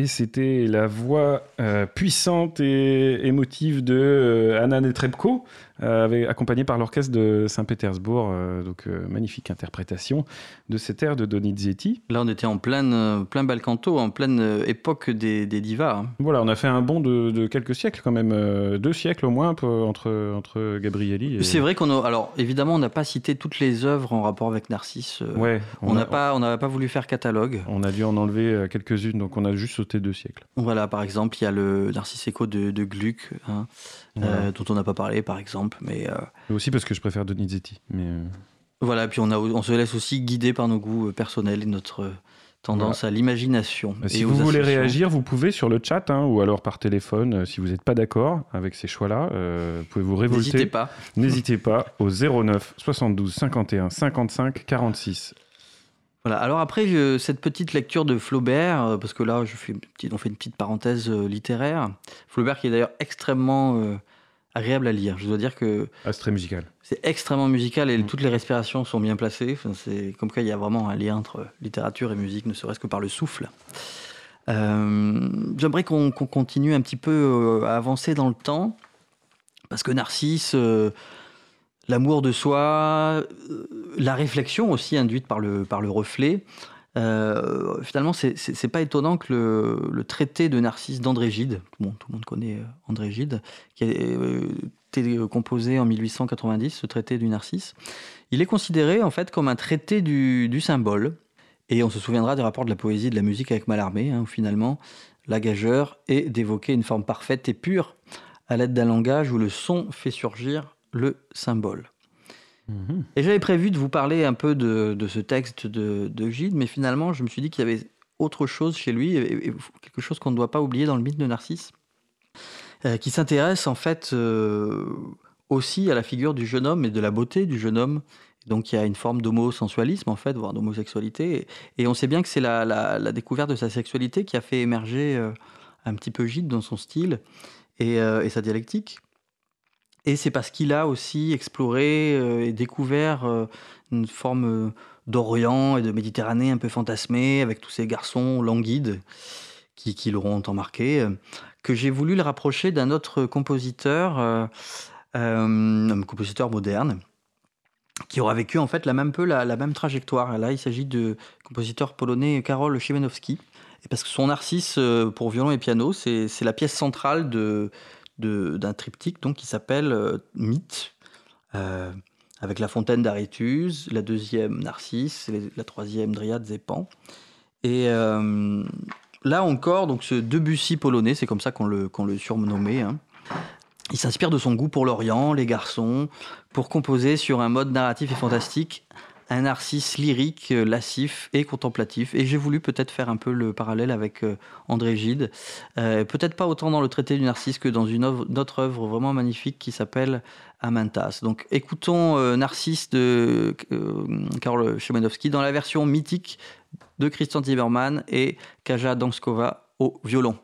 Et c'était la voix puissante et émotive de Anna Netrebko, accompagnée par l'orchestre de Saint-Pétersbourg. Magnifique interprétation de cet air de Donizetti. Là, on était en plein bel canto, en pleine époque des divas. Hein. Voilà, on a fait un bond de quelques siècles quand même, 2 siècles au moins entre Gabrieli. C'est vrai alors évidemment, on n'a pas cité toutes les œuvres en rapport avec Narcisse. Ouais, on n'avait pas voulu faire catalogue. On a dû en enlever quelques-unes, donc on a juste sauté 2 siècles. Voilà, par exemple, il y a le Narcisse Echo de Gluck, hein, voilà. Dont on n'a pas parlé, par exemple. Mais aussi parce que je préfère Donizetti. Voilà, puis on se laisse aussi guider par nos goûts personnels et notre tendance à l'imagination. Si vous voulez réagir, vous pouvez sur le chat ou alors par téléphone. Si vous n'êtes pas d'accord avec ces choix-là, vous pouvez vous révolter. N'hésitez pas au 09 72 51 55 46. Voilà, alors après cette petite lecture de Flaubert, parce que là on fait une petite parenthèse littéraire. Flaubert qui est d'ailleurs extrêmement agréable à lire. Je dois dire que c'est très musical. C'est extrêmement musical et toutes les respirations sont bien placées. C'est comme quoi il y a vraiment un lien entre littérature et musique, ne serait-ce que par le souffle. J'aimerais qu'on continue un petit peu à avancer dans le temps, parce que Narcisse, l'amour de soi, la réflexion aussi induite par le reflet. Finalement, c'est pas étonnant que le traité de Narcisse d'André Gide, tout le monde connaît André Gide, qui a été composé en 1890, ce traité du Narcisse, il est considéré en fait comme un traité du symbole. Et on se souviendra des rapports de la poésie et de la musique avec Mallarmé, où finalement la gageure est d'évoquer une forme parfaite et pure à l'aide d'un langage où le son fait surgir le symbole. Et j'avais prévu de vous parler un peu de ce texte de Gide, mais finalement, je me suis dit qu'il y avait autre chose chez lui, et quelque chose qu'on ne doit pas oublier dans le mythe de Narcisse, qui s'intéresse en fait aussi à la figure du jeune homme et de la beauté du jeune homme. Donc il y a une forme d'homosensualisme, en fait, voire d'homosexualité, et on sait bien que c'est la découverte de sa sexualité qui a fait émerger un petit peu Gide dans son style et sa dialectique. Et c'est parce qu'il a aussi exploré et découvert une forme d'Orient et de Méditerranée un peu fantasmée, avec tous ces garçons languides qui l'auront tant marqué, que j'ai voulu le rapprocher d'un autre compositeur, un compositeur moderne, qui aura vécu en fait la même trajectoire. Là, il s'agit du compositeur polonais Karol Szymanowski. Et parce que son Narcisse pour violon et piano, c'est la pièce centrale d'un triptyque donc, qui s'appelle Mythe, avec la fontaine d'Aréthuse, la deuxième Narcisse, la troisième Dryade et Pan. Et là encore, donc, ce Debussy polonais, c'est comme ça qu'on le surnommait, hein. Il s'inspire de son goût pour l'Orient, les garçons, pour composer sur un mode narratif et fantastique, un Narcisse lyrique, lascif et contemplatif. Et j'ai voulu peut-être faire un peu le parallèle avec André Gide. Peut-être pas autant dans le traité du Narcisse que dans une autre œuvre vraiment magnifique qui s'appelle Amintas. Donc écoutons Narcisse de Karol Szymanowski dans la version mythique de Christian Zimmermann et Kaja Danskova au violon.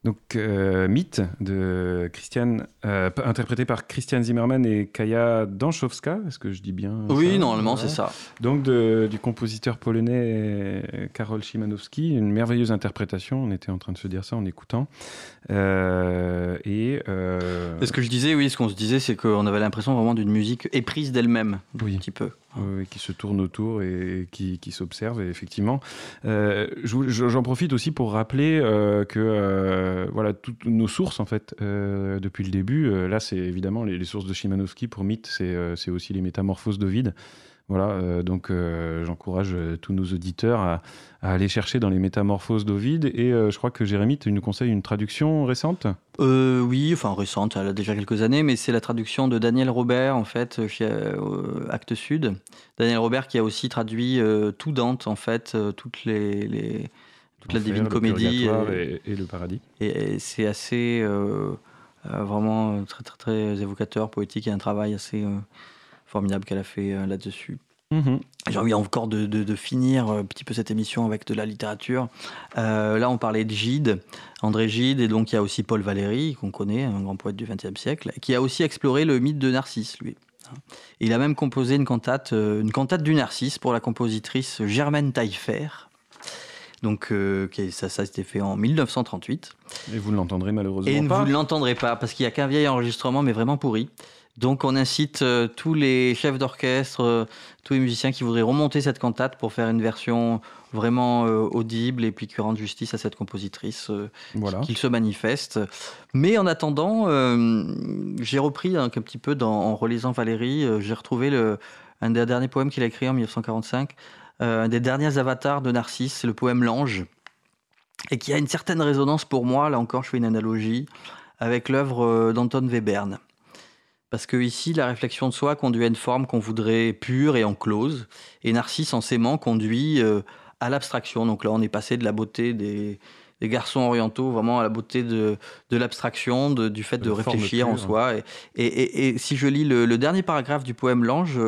Donc, Mythe, interprété par Christian Zimmerman et Kaja Danczowska, est-ce que je dis bien Oui, ça normalement, Voilà. c'est ça. Donc, du compositeur polonais Karol Szymanowski, une merveilleuse interprétation, on était en train de se dire ça en écoutant. Et ce que je disais, oui, ce qu'on se disait, c'est qu'on avait l'impression vraiment d'une musique éprise d'elle-même, Oui. un petit peu. Qui se tourne autour et qui s'observe, et effectivement. J'en profite aussi pour rappeler que voilà, toutes nos sources, en fait, depuis le début, là, c'est évidemment les sources de Szymanowski pour Mythe, c'est aussi les Métamorphoses d'Ovide. Voilà, donc j'encourage tous nos auditeurs à aller chercher dans les Métamorphoses d'Ovide, et je crois que Jérémy, tu nous conseilles une traduction récente ? Oui, enfin récente, elle a déjà quelques années, mais c'est la traduction de Daniel Robert, en fait, chez Actes Sud. Daniel Robert qui a aussi traduit tout Dante, en fait, toute la Divine le Comédie. Purgatoire et le Paradis. Et c'est assez, vraiment très, très, très évocateur, poétique, et un travail assez formidable qu'elle a fait là-dessus. Mm-hmm. J'ai envie encore de finir un petit peu cette émission avec de la littérature. Là, on parlait de Gide, André Gide, et donc il y a aussi Paul Valéry, qu'on connaît, un grand poète du XXe siècle, qui a aussi exploré le mythe de Narcisse, lui. Il a même composé une cantate du Narcisse pour la compositrice Germaine Taillefer. Donc, ça s'était fait en 1938. Et vous ne l'entendrez malheureusement Et pas. vous ne l'entendrez pas, parce qu'il n'y a qu'un vieil enregistrement, mais vraiment pourri. Donc on incite tous les chefs d'orchestre, tous les musiciens qui voudraient remonter cette cantate pour faire une version vraiment audible et puis qui rende justice à cette compositrice, Voilà. qu'ils se manifestent. Mais en attendant, j'ai repris un petit peu en relisant Valéry, j'ai retrouvé un des derniers poèmes qu'il a écrit en 1945, un des derniers avatars de Narcisse, c'est le poème L'Ange, et qui a une certaine résonance pour moi, là encore je fais une analogie, avec l'œuvre d'Anton Webern. Parce que ici, la réflexion de soi conduit à une forme qu'on voudrait pure et enclose, et Narcisse, en s'aimant, conduit à l'abstraction. Donc là, on est passé de la beauté des garçons orientaux vraiment à la beauté de l'abstraction, du fait de réfléchir en soi. Et si je lis le dernier paragraphe du poème L'Ange,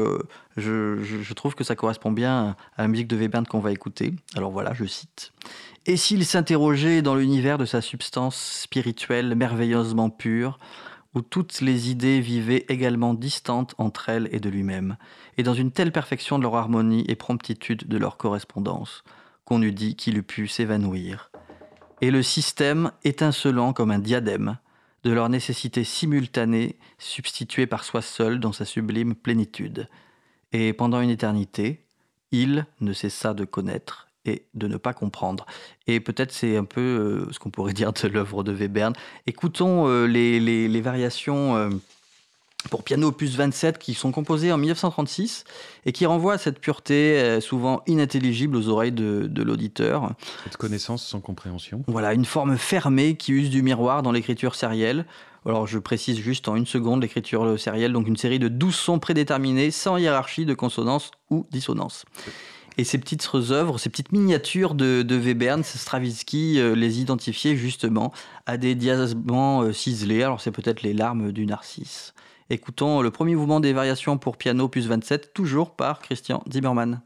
je trouve que ça correspond bien à la musique de Webern qu'on va écouter. Alors voilà, je cite. « Et s'il s'interrogeait dans l'univers de sa substance spirituelle merveilleusement pure, où toutes les idées vivaient également distantes entre elles et de lui-même, et dans une telle perfection de leur harmonie et promptitude de leur correspondance, qu'on eût dit qu'il eût pu s'évanouir. Et le système étincelant comme un diadème, de leur nécessité simultanée substituée par soi seul dans sa sublime plénitude. Et pendant une éternité, il ne cessa de connaître et de ne pas comprendre. » Et peut-être c'est un peu ce qu'on pourrait dire de l'œuvre de Webern. Écoutons les variations pour piano opus 27 qui sont composées en 1936 et qui renvoient à cette pureté souvent inintelligible aux oreilles de l'auditeur. Cette connaissance sans compréhension. Voilà, une forme fermée qui use du miroir dans l'écriture sérielle. Alors je précise juste en une seconde l'écriture sérielle, donc une série de 12 sons prédéterminés sans hiérarchie de consonance ou dissonance. Et ces petites œuvres, ces petites miniatures de Webern, Stravinsky les identifiait justement à des diasements ciselés. Alors c'est peut-être les larmes du Narcisse. Écoutons le premier mouvement des variations pour piano opus 27, toujours par Christian Zimmerman.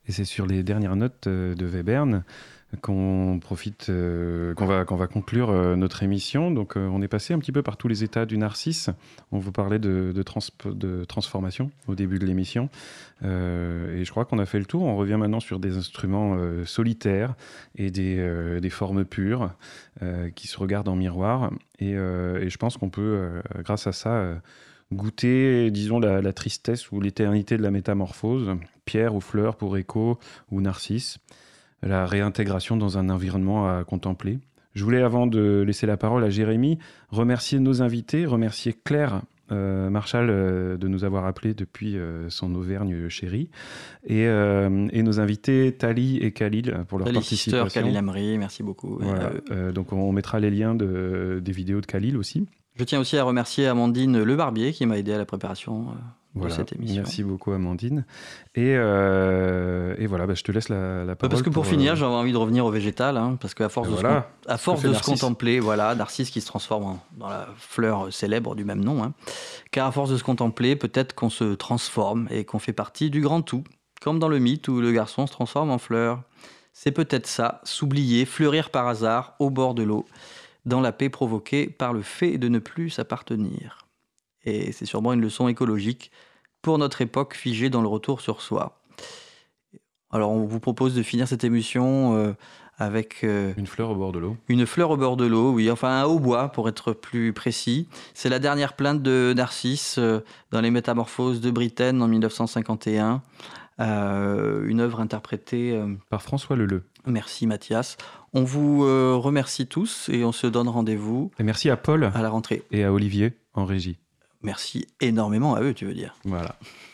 Et c'est sur les dernières notes de Webern qu'on va conclure notre émission. Donc, on est passé un petit peu par tous les états du narcisse. On vous parlait de transformation au début de l'émission. Et je crois qu'on a fait le tour. On revient maintenant sur des instruments solitaires et des formes pures qui se regardent en miroir. Et je pense qu'on peut, grâce à ça, goûter, disons, la tristesse ou l'éternité de la métamorphose. Pierre ou fleur pour Écho ou Narcisse. La réintégration dans un environnement à contempler. Je voulais, avant de laisser la parole à Jérémy, remercier nos invités, remercier Claire Marchal de nous avoir appelés depuis son Auvergne chérie, et nos invités Tali et Khalil pour leur participation. Khalil Amri, merci beaucoup. Voilà, donc on mettra les liens des vidéos de Khalil aussi. Je tiens aussi à remercier Amandine Le Barbier qui m'a aidé à la préparation de cette émission. Merci beaucoup Amandine. Et voilà, je te laisse la parole. Parce que pour finir, j'avais envie de revenir au végétal, parce qu'à force de se contempler, Narcisse qui se transforme dans la fleur célèbre du même nom, car à force de se contempler, peut-être qu'on se transforme et qu'on fait partie du grand tout, comme dans le mythe où le garçon se transforme en fleur. C'est peut-être ça, s'oublier, fleurir par hasard au bord de l'eau, dans la paix provoquée par le fait de ne plus s'appartenir. Et c'est sûrement une leçon écologique pour notre époque figée dans le retour sur soi. Alors on vous propose de finir cette émission avec... une fleur au bord de l'eau. Une fleur au bord de l'eau, oui, enfin un hautbois pour être plus précis. C'est la dernière plainte de Narcisse dans les Métamorphoses de Britaine en 1951. Une œuvre interprétée... par François Leleu. Merci Mathias. On vous remercie tous et on se donne rendez-vous. Et merci à Paul à la rentrée. Et à Olivier en régie. Merci énormément à eux, tu veux dire. Voilà.